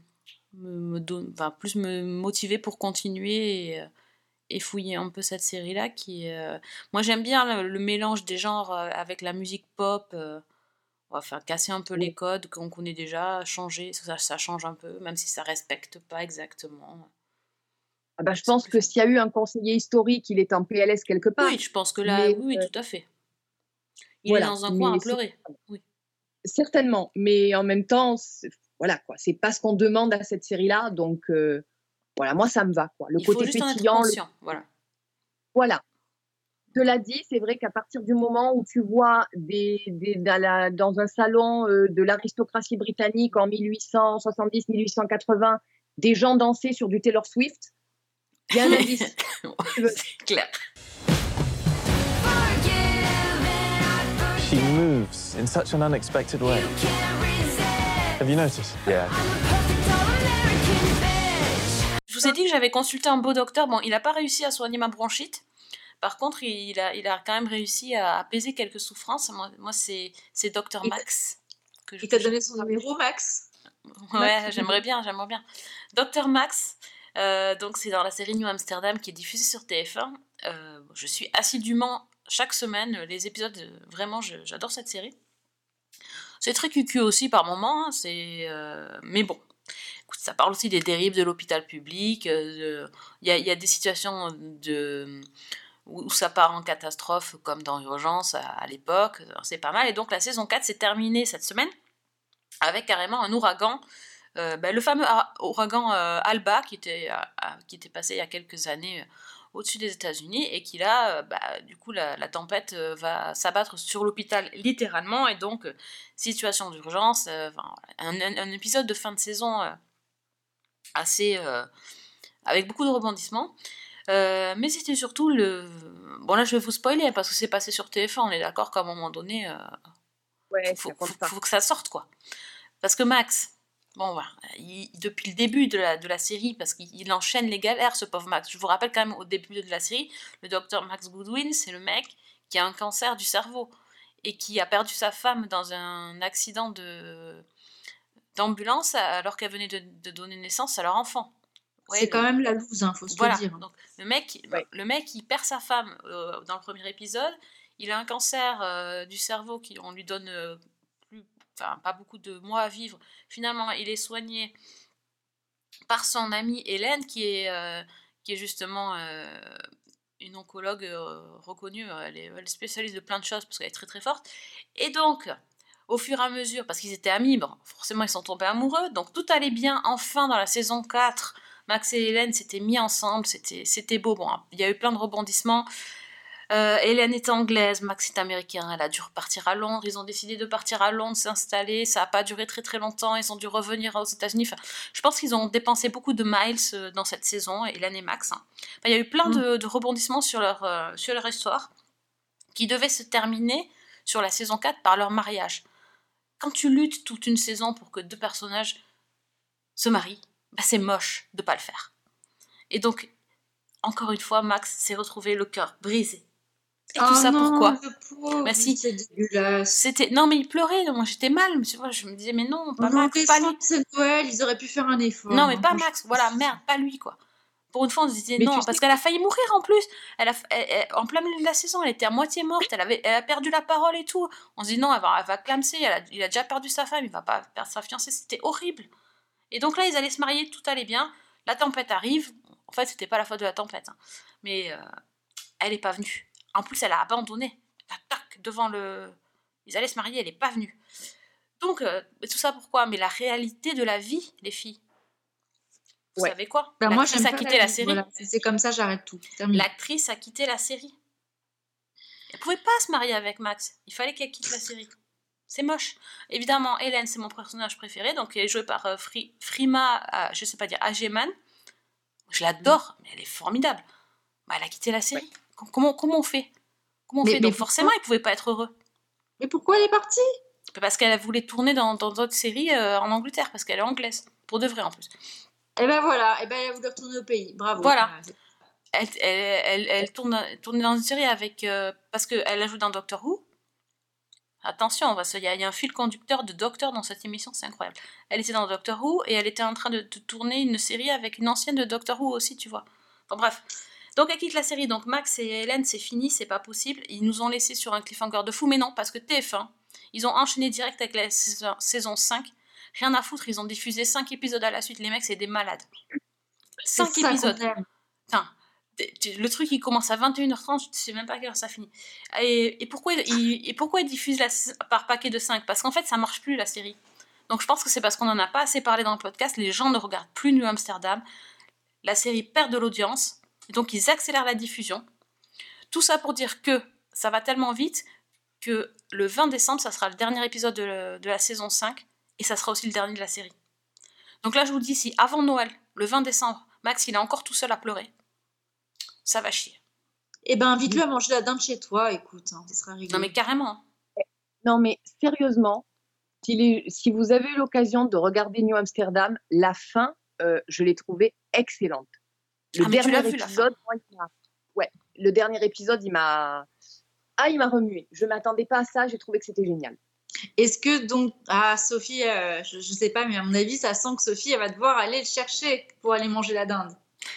plus me motiver pour continuer et fouiller un peu cette série-là qui moi j'aime bien le mélange des genres avec la musique pop, casser un peu les codes qu'on connaît déjà, changer, ça change un peu, même si ça respecte pas exactement. Je pense que s'il y a eu un conseiller historique, il est en PLS quelque part. Oui, je pense que là, oui, tout à fait. Il est dans un coin à pleurer. Oui. Certainement, mais en même temps, c'est pas ce qu'on demande à cette série-là, donc moi ça me va, quoi. Le côté pétillant. Il faut juste en être conscient, voilà. Cela dit, c'est vrai qu'à partir du moment où tu vois dans un salon de l'aristocratie britannique en 1870-1880, des gens danser sur du Taylor Swift, il y a un indice. C'est clair. She moves in such an unexpected way. Have you noticed? Yeah. Je vous ai dit que j'avais consulté un beau docteur. Bon, il n'a pas réussi à soigner ma bronchite. Par contre, il a quand même réussi à apaiser quelques souffrances. Moi c'est Dr Max. Il t'a donné son numéro, Max? Ouais, j'aimerais bien. Dr Max, donc c'est dans la série New Amsterdam qui est diffusée sur TF1. Je suis assidûment chaque semaine les épisodes. Vraiment, j'adore cette série. C'est très cucu aussi par moments, hein, mais bon. Écoute, ça parle aussi des dérives de l'hôpital public. Il y a des situations où ça part en catastrophe, comme dans Urgence à l'époque. C'est pas mal. Et donc la saison 4 s'est terminée cette semaine avec carrément un ouragan. Le fameux ouragan Alba qui était passé il y a quelques années au-dessus des États-Unis et qui là, du coup, la tempête va s'abattre sur l'hôpital littéralement et donc situation d'urgence, un épisode de fin de saison assez avec beaucoup de rebondissements, mais c'était surtout bon là je vais vous spoiler parce que c'est passé sur TF1, on est d'accord qu'à un moment donné, faut que ça sorte quoi, parce que Max. Bon, voilà. Depuis le début de la série, parce qu'il enchaîne les galères, ce pauvre Max. Je vous rappelle quand même, au début de la série, le docteur Max Goodwin, c'est le mec qui a un cancer du cerveau et qui a perdu sa femme dans un accident d'ambulance alors qu'elle venait de donner naissance à leur enfant. Ouais, c'est quand même la loose, faut se le dire. Donc, le mec, il perd sa femme dans le premier épisode. Il a un cancer du cerveau on lui donne... pas beaucoup de mois à vivre. Finalement, il est soigné par son amie Hélène, qui est justement une oncologue reconnue. Elle est spécialiste de plein de choses parce qu'elle est très très forte. Et donc, au fur et à mesure, parce qu'ils étaient amis, forcément ils sont tombés amoureux, donc tout allait bien. Enfin, dans la saison 4, Max et Hélène s'étaient mis ensemble, c'était beau. Bon, il y a eu plein de rebondissements. Hélène est anglaise, Max est américain, elle a dû repartir à Londres, ils ont décidé de partir à Londres, s'installer, ça n'a pas duré très très longtemps, ils ont dû revenir aux États-Unis. Je pense qu'ils ont dépensé beaucoup de miles dans cette saison, Hélène et Max. Il y a eu plein de rebondissements sur leur histoire, qui devait se terminer sur la saison 4 par leur mariage. Quand tu luttes toute une saison pour que deux personnages se marient, c'est moche de ne pas le faire. Et donc, encore une fois, Max s'est retrouvé le cœur brisé. Et tout ça pourquoi? Si, c'est dégueulasse. Non, mais il pleurait, moi j'étais mal, je me disais, mais non, pas Max, pas lui. C'est Noël, ils auraient pu faire un effort. Non, mais pas Max, voilà, merde, pas lui, quoi. Pour une fois, on se disait non, parce qu'elle a failli mourir en plus. En plein milieu de la saison, elle était à moitié morte, elle a perdu la parole et tout. On se dit non, elle va clamser, il a déjà perdu sa femme, il va pas perdre sa fiancée, c'était horrible. Et donc là, ils allaient se marier, tout allait bien. La tempête arrive. En fait, c'était pas la faute de la tempête, mais elle est pas venue. En plus, elle a abandonné. Devant ils allaient se marier, elle est pas venue. Donc, tout ça pourquoi? Mais la réalité de la vie, les filles. Vous savez quoi? L'actrice a quitté la série. Voilà. C'est comme ça, j'arrête tout. Terminé. L'actrice a quitté la série. Elle pouvait pas se marier avec Max. Il fallait qu'elle quitte la série. C'est moche. Évidemment, Hélène, c'est mon personnage préféré. Donc, elle est jouée par Frima, je sais pas dire, Ageman. Je l'adore, mais elle est formidable. Bah, elle a quitté la série. Comment on fait Donc, forcément, il pouvait pas être heureux. Mais pourquoi elle est partie? Parce qu'elle voulait tourner dans d'autres séries en Angleterre, parce qu'elle est anglaise. Pour de vrai, en plus. Et ben voilà, elle a voulu retourner au pays. Bravo. Voilà. Elle tournait dans une série avec... parce qu'elle a joué dans Doctor Who. Attention, il y a un fil conducteur de Docteur dans cette émission, c'est incroyable. Elle était dans Doctor Who et elle était en train de tourner une série avec une ancienne de Doctor Who aussi, tu vois. Bon, bref. Donc elle quitte la série, donc Max et Hélène, c'est fini, c'est pas possible. Ils nous ont laissés sur un cliffhanger de fou, mais non, parce que TF1, ils ont enchaîné direct avec la saison 5. Rien à foutre, ils ont diffusé 5 épisodes à la suite. Les mecs, c'est des malades. 5 épisodes. Putain, le truc, il commence à 21h30, je ne sais même pas à quelle heure ça finit. Et pourquoi ils diffusent par paquet de 5 ? Parce qu'en fait, ça ne marche plus, la série. Donc je pense que c'est parce qu'on n'en a pas assez parlé dans le podcast. Les gens ne regardent plus New Amsterdam. La série perd de l'audience. Et donc, ils accélèrent la diffusion. Tout ça pour dire que ça va tellement vite que le 20 décembre, ça sera le dernier épisode de la saison 5. Et ça sera aussi le dernier de la série. Donc là, je vous dis, si avant Noël, le 20 décembre, Max, il est encore tout seul à pleurer, ça va chier. Eh ben, invite-le à manger la dinde chez toi, écoute, ça sera réglé. Non, mais carrément. Non, mais sérieusement, si vous avez eu l'occasion de regarder New Amsterdam, la fin, je l'ai trouvée excellente. Le dernier épisode, le dernier épisode, il m'a remué. Je ne m'attendais pas à ça, j'ai trouvé que c'était génial. Est-ce que donc, Sophie, je ne sais pas, mais à mon avis, ça sent que Sophie, elle va devoir aller le chercher pour aller manger la dinde.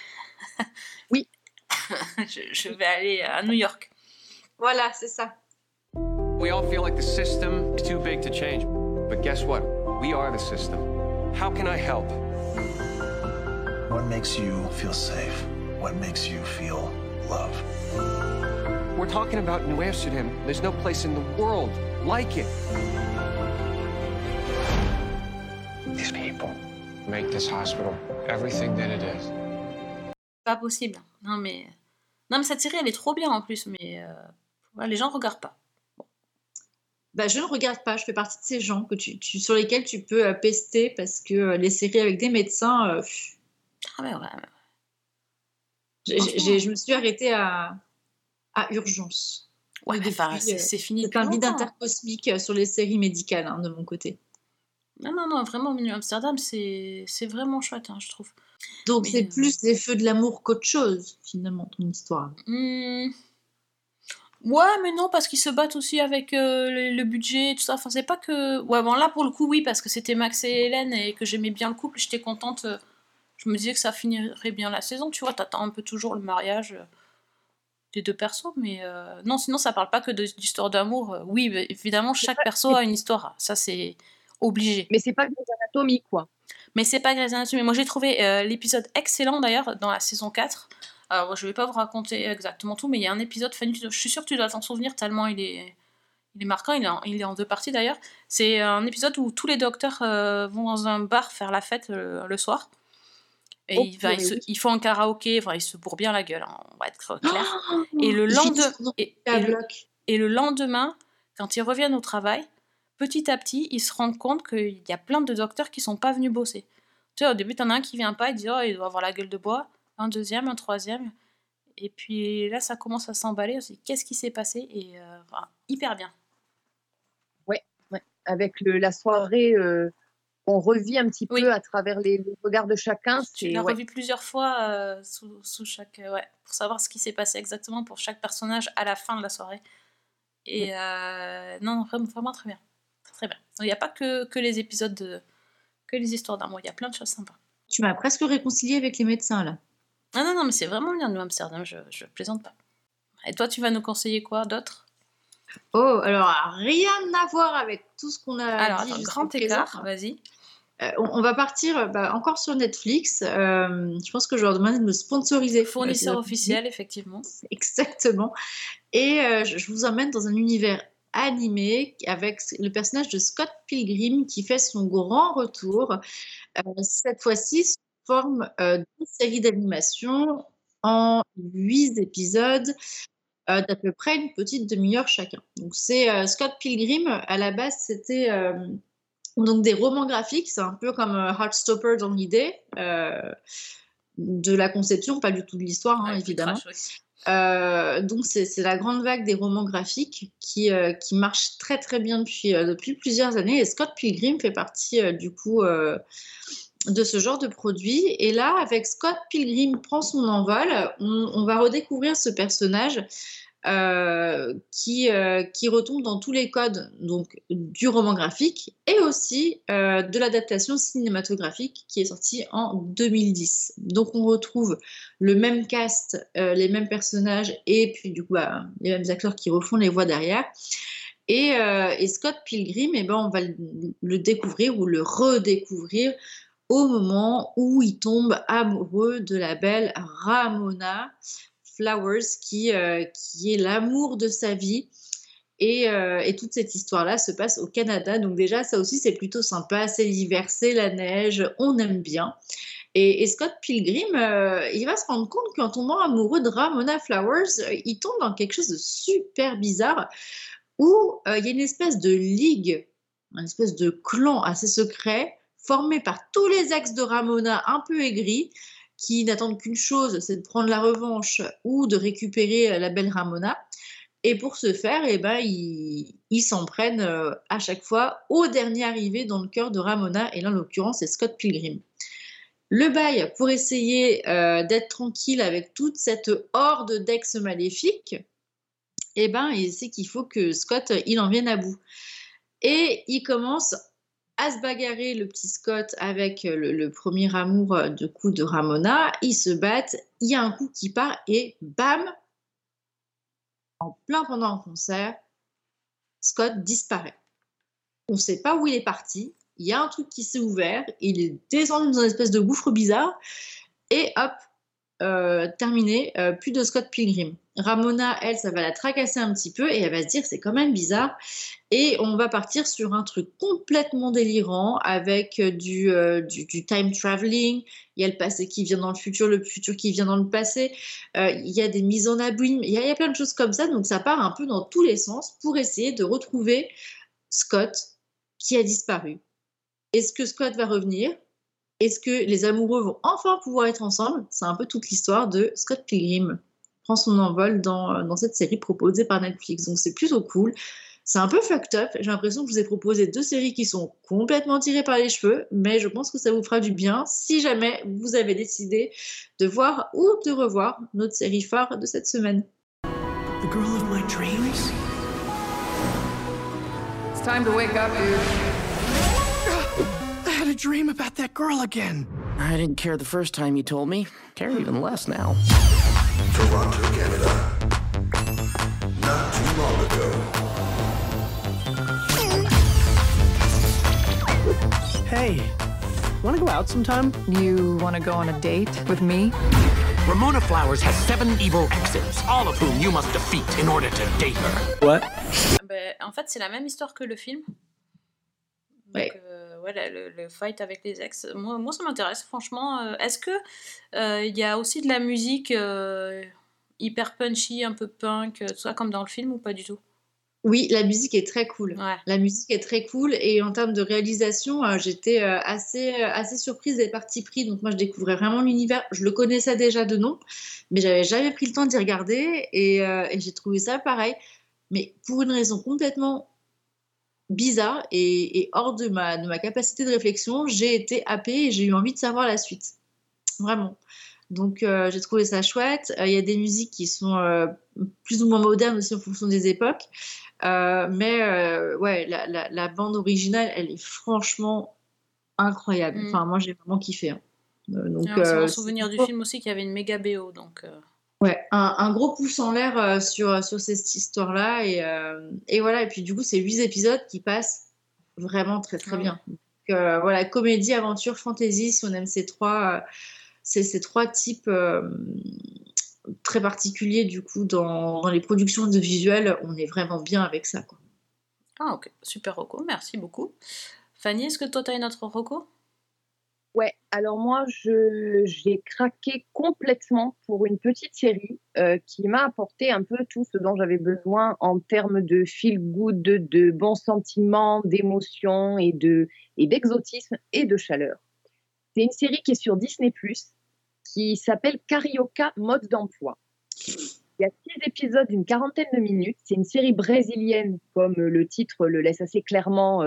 Oui. je vais aller à New York. Voilà, c'est ça. We all feel like the system is too big to change. But guess what? We are the system. How can I help? What makes you feel safe? What makes you feel love? We're talking about New Amsterdam. There's no place in the world like it. These people make this hospital everything that it is. Pas possible. Non mais cette série, elle est trop bien en plus, mais les gens ne regardent pas. Bon. Bah, je ne regarde pas. Je fais partie de ces gens sur lesquels tu peux pester parce que les séries avec des médecins... Ah ouais. Je me suis arrêtée à Urgence. Ouais, c'est fini. C'est un vide intercosmique sur les séries médicales de mon côté. Non, vraiment, New Amsterdam, c'est vraiment chouette, je trouve. Donc c'est plus les feux de l'amour qu'autre chose, finalement, ton histoire. Ouais, mais non, parce qu'ils se battent aussi avec le budget et tout ça. Enfin, c'est pas que... Ouais, bon, là, pour le coup, oui, parce que c'était Max et Hélène et que j'aimais bien le couple, j'étais contente. Je me disais que ça finirait bien la saison, tu vois, t'attends un peu toujours le mariage des deux persos, mais non, sinon, ça parle pas que d'histoire d'amour. Oui, évidemment, chaque perso a une histoire, ça, c'est obligé. Mais c'est pas Grey's Anatomy, quoi. Mais c'est pas Grey's Anatomy. Moi, j'ai trouvé l'épisode excellent, d'ailleurs, dans la saison 4. Alors, je vais pas vous raconter exactement tout, mais il y a un épisode, Fanny, je suis sûre que tu dois t'en souvenir, tellement il est marquant, il est en 2 parties, d'ailleurs. C'est un épisode où tous les docteurs vont dans un bar faire la fête le soir. Et ils font un karaoké, enfin, ils se bourrent bien la gueule, on va être clair. Et le lendemain, quand ils reviennent au travail, petit à petit, ils se rendent compte qu'il y a plein de docteurs qui sont pas venus bosser. Tu vois, au début, t'en as un qui vient pas, il dit « Oh, il doit avoir la gueule de bois ». Un deuxième, un troisième. Et puis là, ça commence à s'emballer. On se dit, qu'est-ce qui s'est passé ? Et hyper bien. Ouais. Avec la soirée, on revit un petit peu à travers les regards de chacun. Tu l'as revu plusieurs fois sous chaque... pour savoir ce qui s'est passé exactement pour chaque personnage à la fin de la soirée. Et non, vraiment très bien. Très bien. Il n'y a pas que les épisodes, que les histoires d'amour. Il y a plein de choses sympas. Tu m'as presque réconcilié avec les médecins, là. Non, mais c'est vraiment bien New Amsterdam, je plaisante pas. Et toi, tu vas nous conseiller quoi d'autre ? Oh, alors rien à voir avec tout ce qu'on a dit. Alors, grand écart, vas-y. On va partir encore sur Netflix. Je pense que je leur demande de me sponsoriser. Fournisseur officiel, effectivement. Exactement. Et je vous emmène dans un univers animé avec le personnage de Scott Pilgrim qui fait son grand retour. Cette fois-ci, sous forme d'une série d'animation en 8 épisodes d'à peu près une petite demi-heure chacun. Donc c'est Scott Pilgrim, à la base c'était donc des romans graphiques, c'est un peu comme Heartstopper dans l'idée de la conception, pas du tout de l'histoire évidemment. Donc c'est la grande vague des romans graphiques qui marche très très bien depuis plusieurs années, et Scott Pilgrim fait partie du coup de ce genre de produit. Et là, avec Scott Pilgrim prend son envol, on va redécouvrir ce personnage qui retombe dans tous les codes donc, du roman graphique et aussi de l'adaptation cinématographique qui est sortie en 2010. Donc on retrouve le même cast, les mêmes personnages et puis du coup les mêmes acteurs qui refont les voix derrière. Et Scott Pilgrim, on va le découvrir ou le redécouvrir au moment où il tombe amoureux de la belle Ramona Flowers, qui est l'amour de sa vie. Et toute cette histoire-là se passe au Canada. Donc déjà, ça aussi, c'est plutôt sympa. C'est l'hiver, c'est la neige, on aime bien. Et Scott Pilgrim, il va se rendre compte qu'en tombant amoureux de Ramona Flowers, il tombe dans quelque chose de super bizarre où il y a une espèce de ligue, une espèce de clan assez secret formé par tous les ex de Ramona un peu aigris, qui n'attendent qu'une chose, c'est de prendre la revanche ou de récupérer la belle Ramona. Et pour ce faire, ils s'en prennent à chaque fois au dernier arrivé dans le cœur de Ramona, et là, en l'occurrence, c'est Scott Pilgrim. Le bail, pour essayer d'être tranquille avec toute cette horde d'ex maléfiques, c'est qu'il faut que Scott, il en vienne à bout. Et il commence à se bagarrer, le petit Scott, avec le premier amour de Ramona. Ils se battent, il y a un coup qui part et bam, en plein pendant un concert, Scott disparaît. On ne sait pas où il est parti, il y a un truc qui s'est ouvert, il est descendu dans une espèce de gouffre bizarre et hop, terminé, plus de Scott Pilgrim. Ramona, elle, ça va la tracasser un petit peu et elle va se dire c'est quand même bizarre, et on va partir sur un truc complètement délirant avec du time traveling. Il y a le passé qui vient dans le futur qui vient dans le passé, il y a des mises en abîme, il y a plein de choses comme ça, donc ça part un peu dans tous les sens pour essayer de retrouver Scott qui a disparu. Est-ce que Scott va revenir ? Est-ce que les amoureux vont enfin pouvoir être ensemble ? C'est un peu toute l'histoire de Scott Pilgrim prend son envol dans cette série proposée par Netflix. Donc c'est plutôt cool. C'est un peu fucked up. J'ai l'impression que je vous ai proposé 2 séries qui sont complètement tirées par les cheveux, mais je pense que ça vous fera du bien si jamais vous avez décidé de voir ou de revoir notre série phare de cette semaine. The girl of my dreams? It's time to wake up, dude. I had a dream about that girl again. I didn't care the first time you told me. Care even less now. Toronto, Canada. Not too long ago. Hey, wanna go out sometime? You wanna go on a date with me? Ramona Flowers has 7 evil exes, all of whom you must defeat in order to date her. What? En fait, c'est la même histoire que le film. Donc, le fight avec les ex. Moi, ça m'intéresse, franchement. Est-ce que y a aussi de la musique hyper punchy, un peu punk, tout ça, comme dans le film, ou pas du tout ? Oui, la musique est très cool. Ouais. La musique est très cool, et en termes de réalisation, j'étais assez surprise des partis pris. Donc moi, je découvrais vraiment l'univers. Je le connaissais déjà de nom, mais j'avais jamais pris le temps d'y regarder, et j'ai trouvé ça pareil. Mais pour une raison complètement bizarre et hors de ma capacité de réflexion, j'ai été happée et j'ai eu envie de savoir la suite. Vraiment. Donc j'ai trouvé ça chouette. Il y a des musiques qui sont plus ou moins modernes aussi en fonction des époques. Mais la bande originale, elle est franchement incroyable. Enfin, moi, j'ai vraiment kiffé. Hein. C'est mon souvenir du film aussi qu'il y avait une méga BO. Donc, Ouais, un gros pouce en l'air sur cette histoire-là. Et voilà, et puis du coup, c'est 8 épisodes qui passent vraiment très très bien. Donc, voilà, comédie, aventure, fantasy, si on aime ces trois types très particuliers, du coup, dans les productions de visuels, on est vraiment bien avec ça, quoi. Ah ok, super reco, merci beaucoup. Fanny, est-ce que toi tu as une autre reco ? Ouais, alors moi, j'ai craqué complètement pour une petite série qui m'a apporté un peu tout ce dont j'avais besoin en termes de feel good, de bons sentiments, d'émotions et d'exotisme et de chaleur. C'est une série qui est sur Disney+, qui s'appelle Carioca Mode d'emploi. Il y a 6 épisodes d'une 40aine de minutes. C'est une série brésilienne, comme le titre le laisse assez clairement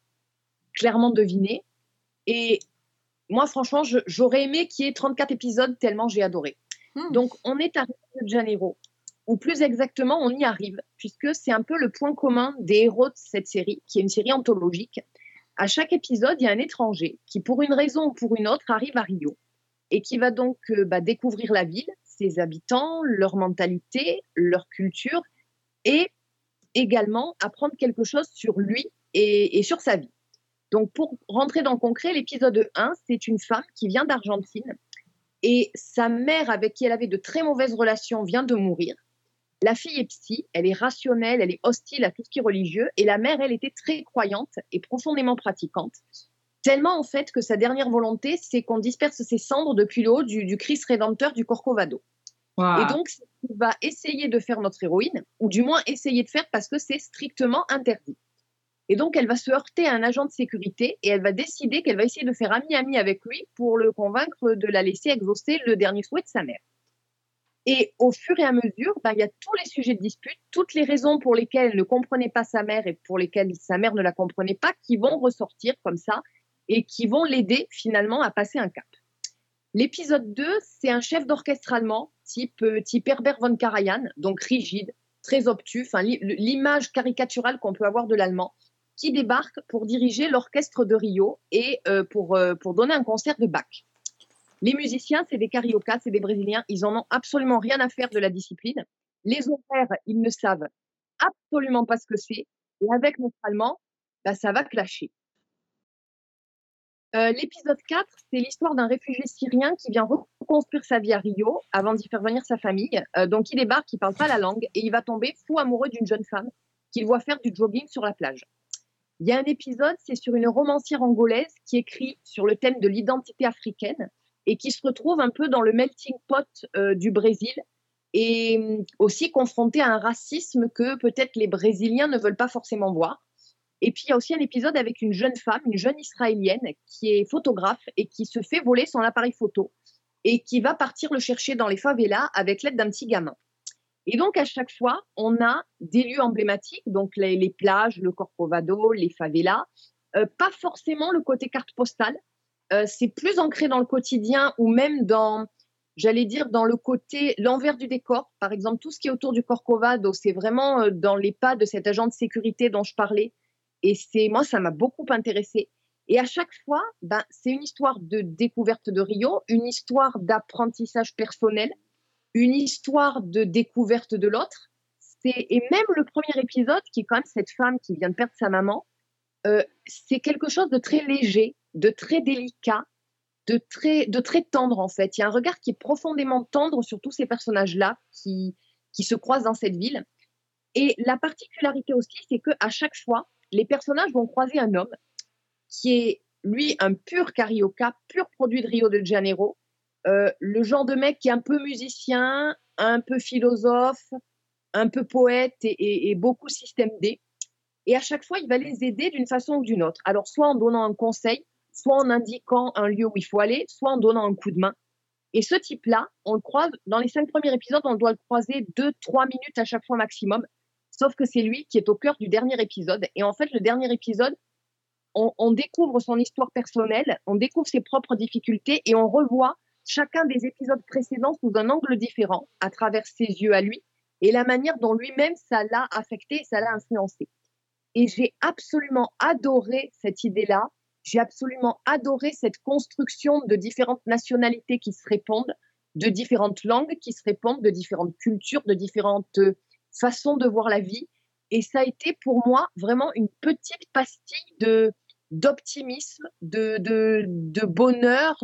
deviner. Et moi, franchement, j'aurais aimé qu'il y ait 34 épisodes tellement j'ai adoré. Donc, on est à Rio de Janeiro, ou plus exactement, on y arrive, puisque c'est un peu le point commun des héros de cette série, qui est une série anthologique. À chaque épisode, il y a un étranger qui, pour une raison ou pour une autre, arrive à Rio et qui va donc découvrir la ville, ses habitants, leur mentalité, leur culture et également apprendre quelque chose sur lui et sur sa vie. Donc, pour rentrer dans le concret, l'épisode 1, c'est une femme qui vient d'Argentine et sa mère, avec qui elle avait de très mauvaises relations, vient de mourir. La fille est psy, elle est rationnelle, elle est hostile à tout ce qui est religieux et la mère, elle était très croyante et profondément pratiquante. Tellement, en fait, que sa dernière volonté, c'est qu'on disperse ses cendres depuis le haut du Christ rédempteur du Corcovado. Wow. Et donc, c'est ce qu'on va essayer de faire notre héroïne, ou du moins essayer de faire parce que c'est strictement interdit. Et donc, elle va se heurter à un agent de sécurité et elle va décider qu'elle va essayer de faire ami-ami avec lui pour le convaincre de la laisser exaucer le dernier souhait de sa mère. Et au fur et à mesure, il y a tous les sujets de dispute, toutes les raisons pour lesquelles elle ne comprenait pas sa mère et pour lesquelles sa mère ne la comprenait pas, qui vont ressortir comme ça et qui vont l'aider finalement à passer un cap. L'épisode 2, c'est un chef d'orchestre allemand, type Herbert von Karajan, donc rigide, très obtus, l'image caricaturale qu'on peut avoir de l'allemand, qui débarque pour diriger l'orchestre de Rio et pour donner un concert de Bach. Les musiciens, c'est des cariocas, c'est des Brésiliens, ils en ont absolument rien à faire de la discipline. Les horaires, ils ne savent absolument pas ce que c'est. Et avec notre allemand, ça va clasher. L'épisode 4, c'est l'histoire d'un réfugié syrien qui vient reconstruire sa vie à Rio avant d'y faire venir sa famille. Donc il débarque, il ne parle pas la langue et il va tomber fou amoureux d'une jeune femme qu'il voit faire du jogging sur la plage. Il y a un épisode, c'est sur une romancière angolaise qui écrit sur le thème de l'identité africaine et qui se retrouve un peu dans le melting pot du Brésil et aussi confrontée à un racisme que peut-être les Brésiliens ne veulent pas forcément voir. Et puis, il y a aussi un épisode avec une jeune femme, une jeune israélienne qui est photographe et qui se fait voler son appareil photo et qui va partir le chercher dans les favelas avec l'aide d'un petit gamin. Et donc, à chaque fois, on a des lieux emblématiques, donc les plages, le Corcovado, les favelas, pas forcément le côté carte postale. C'est plus ancré dans le quotidien ou même dans, j'allais dire, dans le côté, l'envers du décor. Par exemple, tout ce qui est autour du Corcovado, c'est vraiment dans les pas de cet agent de sécurité dont je parlais. Et moi, ça m'a beaucoup intéressée. Et à chaque fois, c'est une histoire de découverte de Rio, une histoire d'apprentissage personnel, une histoire de découverte de l'autre. Et même le premier épisode, qui est quand même cette femme qui vient de perdre sa maman, c'est quelque chose de très léger, de très délicat, de très tendre en fait. Il y a un regard qui est profondément tendre sur tous ces personnages-là qui se croisent dans cette ville. Et la particularité aussi, c'est qu'à chaque fois, les personnages vont croiser un homme qui est, lui, un pur carioca, pur produit de Rio de Janeiro, le genre de mec qui est un peu musicien, un peu philosophe, un peu poète et beaucoup système D. Et à chaque fois, il va les aider d'une façon ou d'une autre. Alors, soit en donnant un conseil, soit en indiquant un lieu où il faut aller, soit en donnant un coup de main. Et ce type-là, on le croise, dans les 5 premiers épisodes, on doit le croiser 2-3 minutes à chaque fois maximum. Sauf que c'est lui qui est au cœur du dernier épisode. Et en fait, le dernier épisode, on découvre son histoire personnelle, on découvre ses propres difficultés et on revoit chacun des épisodes précédents sous un angle différent, à travers ses yeux à lui, et la manière dont lui-même ça l'a affecté, ça l'a influencé. Et j'ai absolument adoré cette idée-là, j'ai absolument adoré cette construction de différentes nationalités qui se répondent, de différentes langues qui se répondent, de différentes cultures, de différentes façons de voir la vie. Et ça a été pour moi vraiment une petite pastille d'optimisme, de bonheur,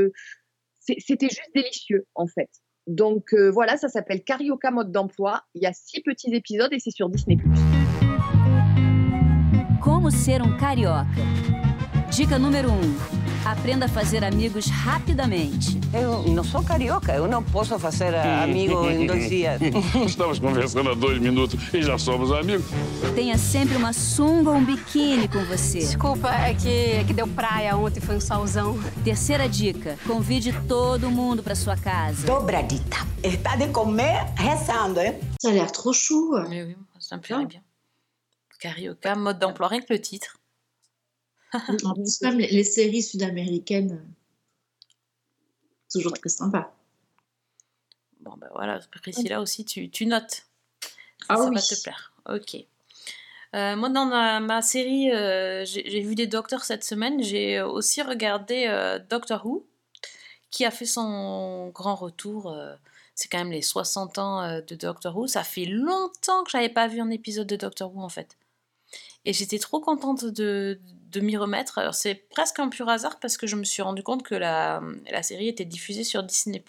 c'était juste délicieux en fait. Donc voilà, ça s'appelle Carioca Mode d'emploi. Il y a 6 petits épisodes et c'est sur Disney+. Como ser carioca. Dica número 1. Aprenda a fazer amigos rapidamente. Eu não sou carioca, eu não posso fazer amigo em 2 dias. Estamos conversando há 2 minutos e já somos amigos. Tenha sempre uma sunga ou um biquíni com você. Desculpa, é que deu praia ontem, foi um solzão. Terceira dica, convide todo mundo para sua casa. Dobradita. Está de comer rezando, hein? Ça a l'air trop chou. Oui, ça me plairait bien. Carioca, mode d'emploi, rien que le titre. En plus, même les séries sud-américaines, toujours très sympa. Bon, ben voilà, Priscilla aussi, tu notes. Ah Ça oui. va te plaire. Ok. Moi, dans ma série, j'ai vu des docteurs cette semaine. J'ai aussi regardé Doctor Who, qui a fait son grand retour. C'est quand même les 60 ans de Doctor Who. Ça fait longtemps que j'avais pas vu un épisode de Doctor Who, en fait. Et j'étais trop contente de m'y remettre. Alors, c'est presque un pur hasard parce que je me suis rendu compte que la série était diffusée sur Disney+.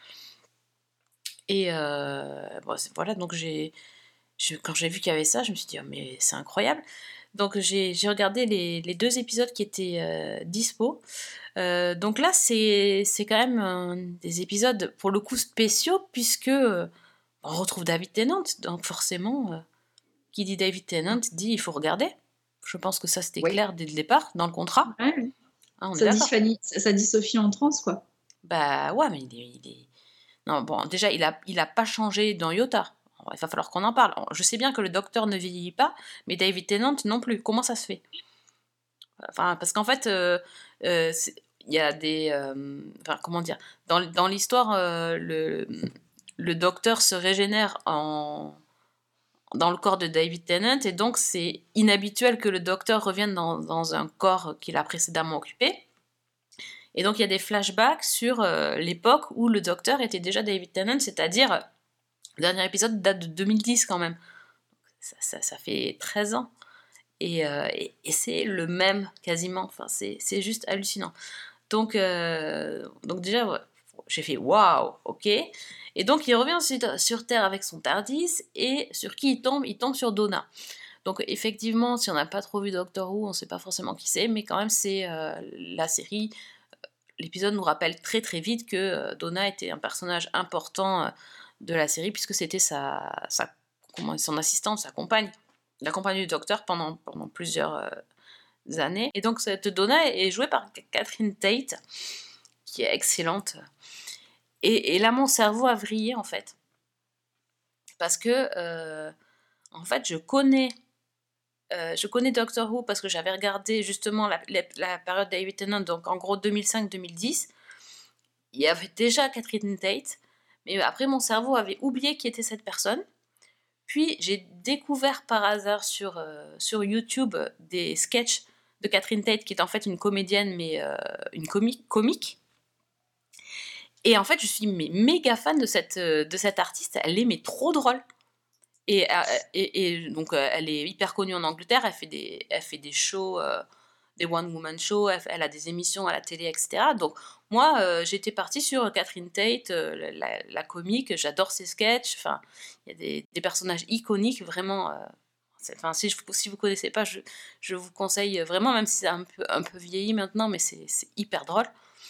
Et voilà, donc quand j'ai vu qu'il y avait ça, je me suis dit, oh, mais c'est incroyable. Donc j'ai regardé les 2 épisodes qui étaient dispo. Donc là, c'est quand même des épisodes, pour le coup, spéciaux, puisque on retrouve David Tennant. Donc forcément, qui dit David Tennant dit il faut regarder. Je pense que ça, c'était clair dès le départ, dans le contrat. Ouais. Ah, on est Ça dit, d'accord. ça dit Sophie en transe, quoi. Bah ouais, mais il est... Non, bon, déjà, il a pas changé d'un iota. Il va falloir qu'on en parle. Je sais bien que le docteur ne vieillit pas, mais David Tennant non plus. Comment ça se fait? Enfin, parce qu'en fait, il y a des... enfin, comment dire? Dans l'histoire, le docteur se régénère dans le corps de David Tennant, et donc c'est inhabituel que le docteur revienne dans un corps qu'il a précédemment occupé. Et donc il y a des flashbacks sur l'époque où le docteur était déjà David Tennant, c'est-à-dire, le dernier épisode date de 2010 quand même. Ça fait 13 ans. Et c'est le même quasiment, enfin, c'est juste hallucinant. Donc déjà, ouais, j'ai fait waouh, ok. Et donc il revient sur Terre avec son TARDIS, et sur qui il tombe? Il tombe sur Donna. Donc effectivement, si on n'a pas trop vu Doctor Who, on ne sait pas forcément qui c'est, mais quand même c'est la série. L'épisode nous rappelle très très vite que Donna était un personnage important de la série, puisque c'était son assistante, sa compagne, la compagne du docteur pendant plusieurs années. Et donc cette Donna est jouée par Catherine Tate, qui est excellente. Et là, mon cerveau a vrillé, en fait. Parce que, en fait, je connais Doctor Who parce que j'avais regardé justement la période David Tennant, donc en gros 2005-2010. Il y avait déjà Catherine Tate, mais après mon cerveau avait oublié qui était cette personne. Puis j'ai découvert par hasard sur YouTube des sketchs de Catherine Tate, qui est en fait une comédienne, mais une comique. Et en fait, je suis méga fan de cette artiste. Elle est mais trop drôle. Et donc, elle est hyper connue en Angleterre. Elle fait des shows, des one-woman shows. Elle a des émissions à la télé, etc. Donc, moi, j'étais partie sur Catherine Tate, la comique. J'adore ses sketchs. Enfin, il y a des personnages iconiques, vraiment. Enfin, si vous ne connaissez pas, je vous conseille vraiment, même si c'est un peu vieilli maintenant, mais c'est hyper drôle.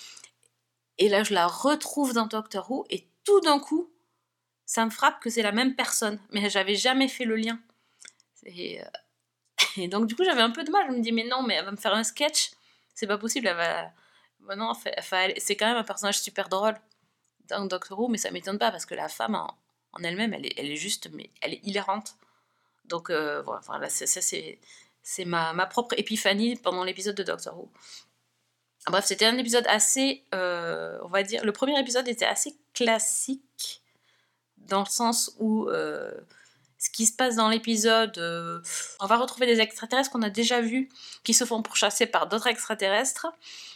Et là, je la retrouve dans Doctor Who, et tout d'un coup, ça me frappe que c'est la même personne. Mais j'avais jamais fait le lien. Et donc, du coup, j'avais un peu de mal. Je me dis, mais non, mais elle va me faire un sketch. C'est pas possible. Elle va... Bah non, c'est quand même un personnage super drôle dans Doctor Who, mais ça m'étonne pas, parce que la femme, en elle-même, elle est juste... mais elle est hilarante. Donc, voilà, ça c'est ma propre épiphanie pendant l'épisode de Doctor Who. Bref, c'était un épisode assez, on va dire, le premier épisode était assez classique, dans le sens où ce qui se passe dans l'épisode, on va retrouver des extraterrestres qu'on a déjà vus, qui se font pourchasser par d'autres extraterrestres,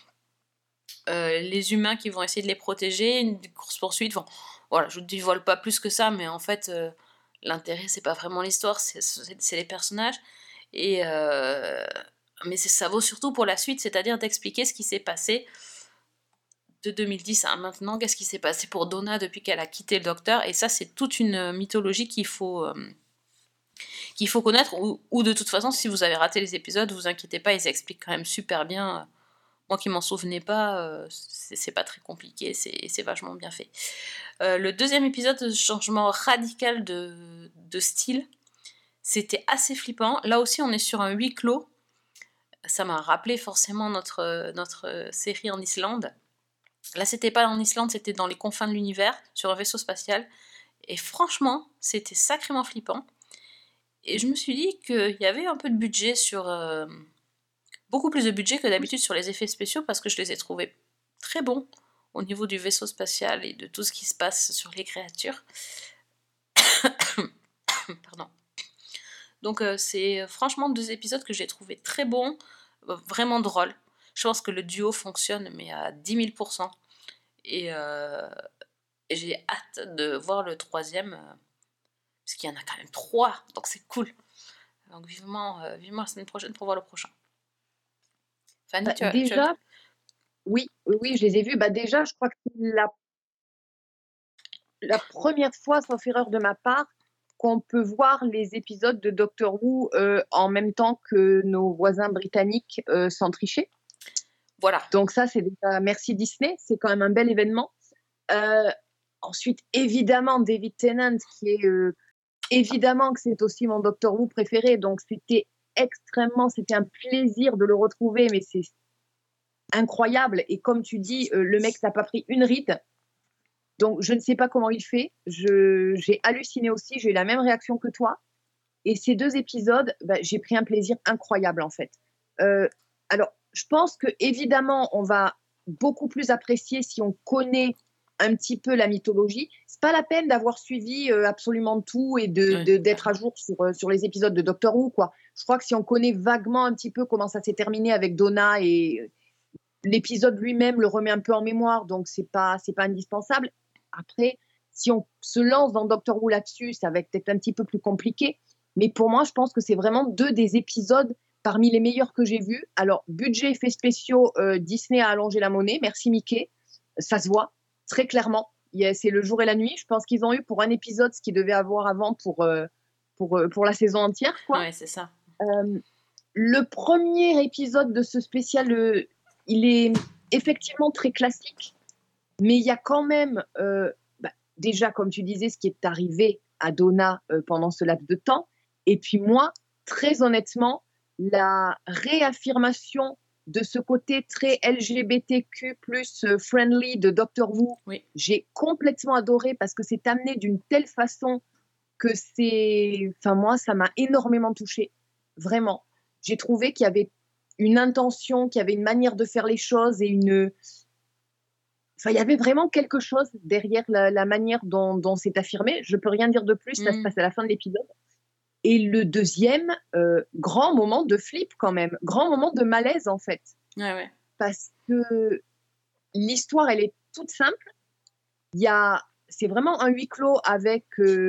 les humains qui vont essayer de les protéger, une course-poursuite, voilà, je ne dévoile pas plus que ça, mais en fait, l'intérêt, c'est pas vraiment l'histoire, c'est les personnages, mais ça vaut surtout pour la suite, c'est-à-dire d'expliquer ce qui s'est passé de 2010 à maintenant, qu'est-ce qui s'est passé pour Donna depuis qu'elle a quitté le docteur, et ça, c'est toute une mythologie qu'il faut connaître, ou de toute façon, si vous avez raté les épisodes, vous inquiétez pas, ils expliquent quand même super bien Moi qui m'en souvenais pas, c'est pas très compliqué, c'est vachement bien fait. Le deuxième épisode, changement radical de style, c'était assez flippant. Là aussi, on est sur un huis clos. Ça m'a rappelé forcément notre série en Islande. Là, c'était pas en Islande, c'était dans les confins de l'univers, sur un vaisseau spatial. Et franchement, c'était sacrément flippant. Et je me suis dit qu'il y avait un peu de budget beaucoup plus de budget que d'habitude sur les effets spéciaux, parce que je les ai trouvés très bons au niveau du vaisseau spatial et de tout ce qui se passe sur les créatures. Pardon. Donc c'est franchement 2 épisodes que j'ai trouvés très bons, vraiment drôles. Je pense que le duo fonctionne, mais à 10 000%. Et j'ai hâte de voir le 3e, parce qu'il y en a quand même 3, donc c'est cool. Donc vivement la semaine prochaine pour voir le prochain. Fanny, oui, je les ai vus. Déjà, je crois que c'est la première fois, sauf erreur de ma part, qu'on peut voir les épisodes de Doctor Who en même temps que nos voisins britanniques sans tricher. Voilà. Donc ça, c'est déjà merci Disney, c'est quand même un bel événement. Ensuite, évidemment, David Tennant, qui est évidemment que c'est aussi mon Doctor Who préféré, donc c'était un plaisir de le retrouver, mais c'est incroyable. Et comme tu dis, le mec n'a pas pris une ride. Donc, je ne sais pas comment il fait. J'ai halluciné aussi. J'ai eu la même réaction que toi. Et ces 2 épisodes, j'ai pris un plaisir incroyable, en fait. Alors, je pense que évidemment, on va beaucoup plus apprécier si on connaît un petit peu la mythologie. C'est pas la peine d'avoir suivi absolument tout et d'être à jour sur les épisodes de Doctor Who, quoi. Je crois que si on connaît vaguement un petit peu comment ça s'est terminé avec Donna, et l'épisode lui-même le remet un peu en mémoire, donc c'est pas indispensable. Après, si on se lance dans Doctor Who là-dessus, ça va être peut-être un petit peu plus compliqué. Mais pour moi, je pense que c'est vraiment 2 des épisodes parmi les meilleurs que j'ai vus. Alors, budget, effets spéciaux, Disney a allongé la monnaie. Merci Mickey. Ça se voit très clairement. C'est le jour et la nuit. Je pense qu'ils ont eu pour un épisode ce qu'ils devaient avoir avant pour la saison entière, quoi. Ouais, c'est ça. Le premier épisode de ce spécial, il est effectivement très classique. Mais il y a quand même, déjà, comme tu disais, ce qui est arrivé à Donna pendant ce laps de temps. Et puis moi, très honnêtement, la réaffirmation de ce côté très LGBTQ plus friendly de Doctor Who, oui. J'ai complètement adoré, parce que c'est amené d'une telle façon que moi, ça m'a énormément touchée. Vraiment. J'ai trouvé qu'il y avait une intention, qu'il y avait une manière de faire les choses et il y avait vraiment quelque chose derrière la manière dont c'est affirmé. Je ne peux rien dire de plus, ça se passe à la fin de l'épisode. Et le deuxième, grand moment de flip quand même, grand moment de malaise en fait. Ouais. Parce que l'histoire, elle est toute simple. C'est vraiment un huis clos avec,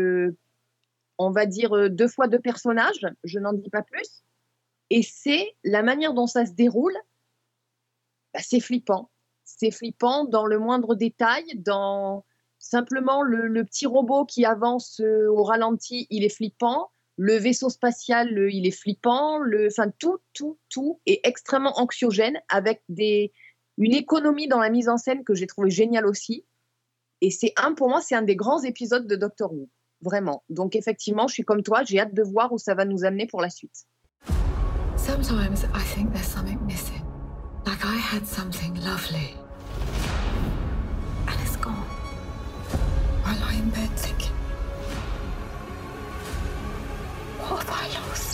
on va dire, 2 fois 2 personnages, je n'en dis pas plus. Et c'est la manière dont ça se déroule, c'est flippant. C'est flippant dans le moindre détail, dans simplement le petit robot qui avance au ralenti, il est flippant. Le vaisseau spatial, il est flippant. Tout est extrêmement anxiogène, avec une économie dans la mise en scène que j'ai trouvé géniale aussi. Et pour moi, c'est un des grands épisodes de Doctor Who. Vraiment. Donc effectivement, je suis comme toi, j'ai hâte de voir où ça va nous amener pour la suite. Sometimes I think there's something missing. Like I had something lovely. And it's gone. I lie in bed thinking, what have I lost?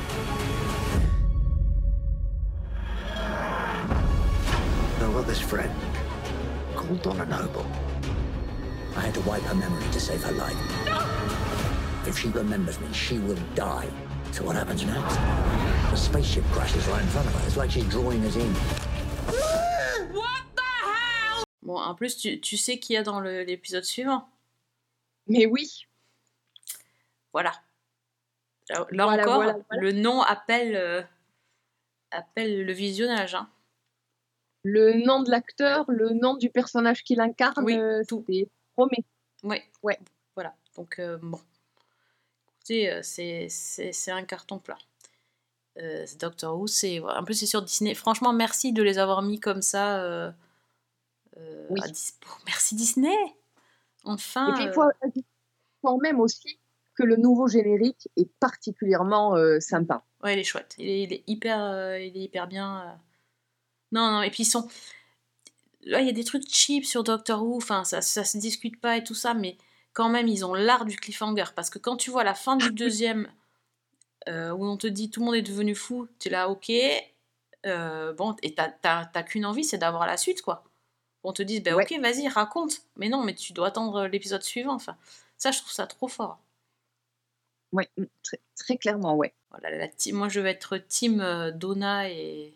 I've got this friend called Donna Noble. I had to wipe her memory to save her life. No! If she remembers me, she will die. So what happens next? The spaceship crashes right in front of her. It's like she's drawing us in. What the hell? Bon, en plus, tu sais qui y a dans l'épisode suivant. Mais oui. Voilà. Là encore, le nom appelle le visionnage. Hein. Le nom de l'acteur, le nom du personnage qu'il incarne, c'est promet. Ouais. Voilà. Donc, bon. Écoutez, c'est un carton plein. Doctor Who, en plus c'est sur Disney. Franchement, merci de les avoir mis comme ça. Oui. Merci Disney. Enfin. Et puis il faut quand même aussi que le nouveau générique est particulièrement sympa. Ouais, il est chouette. Il est hyper bien. Non, et puis ils sont. Là, il y a des trucs cheap sur Doctor Who. Enfin, ça se discute pas et tout ça, mais quand même, ils ont l'art du cliffhanger. Parce que quand tu vois la fin du deuxième, où on te dit tout le monde est devenu fou, tu es là, ok. Bon, et t'as qu'une envie, c'est d'avoir la suite, quoi. On te dit, ben ok, vas-y, raconte. Mais non, mais tu dois attendre l'épisode suivant. Enfin, ça, je trouve ça trop fort. Ouais, très, très clairement, ouais. Voilà, moi, je vais être team Donna et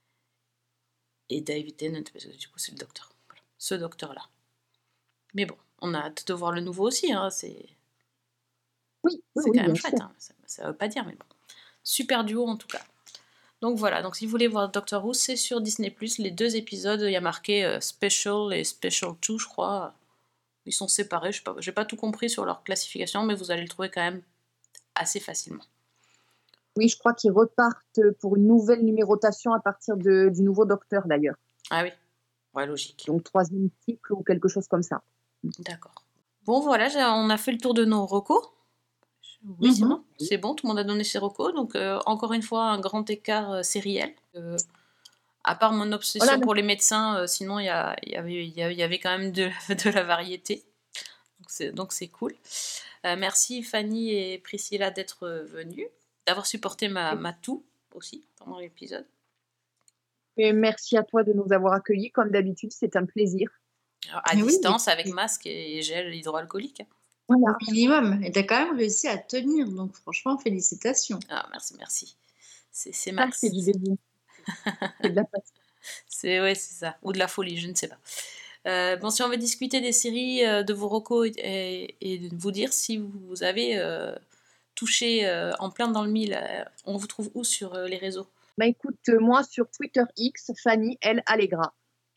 David Tennant, parce que du coup, c'est le docteur. Voilà. Ce docteur-là. Mais bon, on a hâte de voir le nouveau aussi. Hein, c'est quand même chouette. Hein, ça veut pas dire, mais bon. Super duo, en tout cas. Donc voilà, donc si vous voulez voir Doctor Who, c'est sur Disney+, les 2 épisodes, il y a marqué Special et Special 2, je crois. Ils sont séparés, j'ai pas tout compris sur leur classification, mais vous allez le trouver quand même assez facilement. Oui, je crois qu'ils repartent pour une nouvelle numérotation à partir du nouveau Docteur, d'ailleurs. Ah oui, ouais, logique. Donc 3e cycle ou quelque chose comme ça. D'accord. Bon, voilà, on a fait le tour de nos recos. Oui, c'est bon, tout le monde a donné ses recos, donc encore une fois, un grand écart sériel. À part mon obsession pour les médecins, sinon il y avait quand même de la variété. Donc c'est cool. Merci Fanny et Priscilla d'être venues, d'avoir supporté ma toux aussi pendant l'épisode. Et merci à toi de nous avoir accueillis, comme d'habitude, c'est un plaisir. Alors, à distance, avec masque et gel hydroalcoolique. Voilà. Au minimum, et t'as quand même réussi à tenir, donc franchement, félicitations. Ah, merci. C'est max. C'est du début. C'est de la passion. C'est ça. Ou de la folie, je ne sais pas. Bon, si on veut discuter des séries, de vos recos et de vous dire si vous avez touché en plein dans le mille, on vous trouve où sur les réseaux? Bah écoute, moi sur Twitter X, Fanny L. Allegra.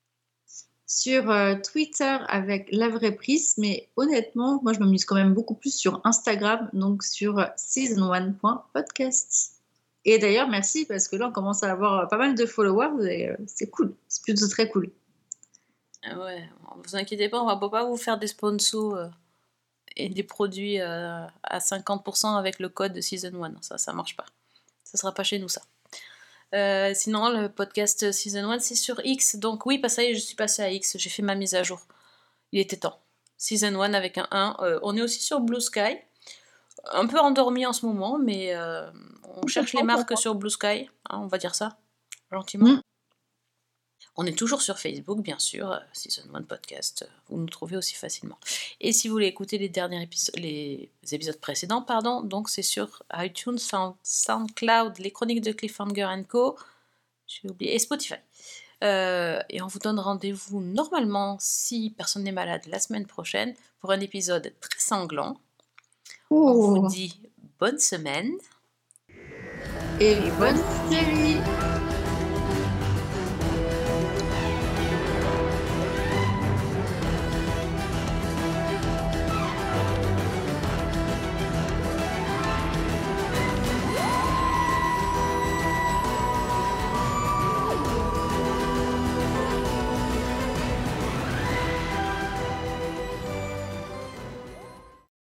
Sur Twitter avec La Vraie Prise, mais honnêtement, moi je m'amuse quand même beaucoup plus sur Instagram, donc sur season1.podcast. Et d'ailleurs, merci, parce que là on commence à avoir pas mal de followers et c'est cool, c'est plutôt très cool. Ouais, vous inquiétez pas, on va pas vous faire des sponsors et des produits à 50% avec le code de Season 1, ça marche pas. Ça sera pas chez nous ça. Sinon, le podcast Season 1, c'est sur X. Donc oui, ça y est, je suis passée à X. J'ai fait ma mise à jour. Il était temps. Season 1 avec un 1. On est aussi sur Blue Sky. Un peu endormi en ce moment, mais on cherche les marques sur Blue Sky. Hein, on va dire ça, gentiment. On est toujours sur Facebook, bien sûr. Season 1 Podcast. Vous nous trouvez aussi facilement. Et si vous voulez écouter les épisodes précédents, donc c'est sur iTunes, SoundCloud, les Chroniques de Cliffhanger & Co. J'ai oublié. Et Spotify. Et on vous donne rendez-vous normalement, si personne n'est malade, la semaine prochaine pour un épisode très sanglant. On vous dit bonne semaine. Et bonne série.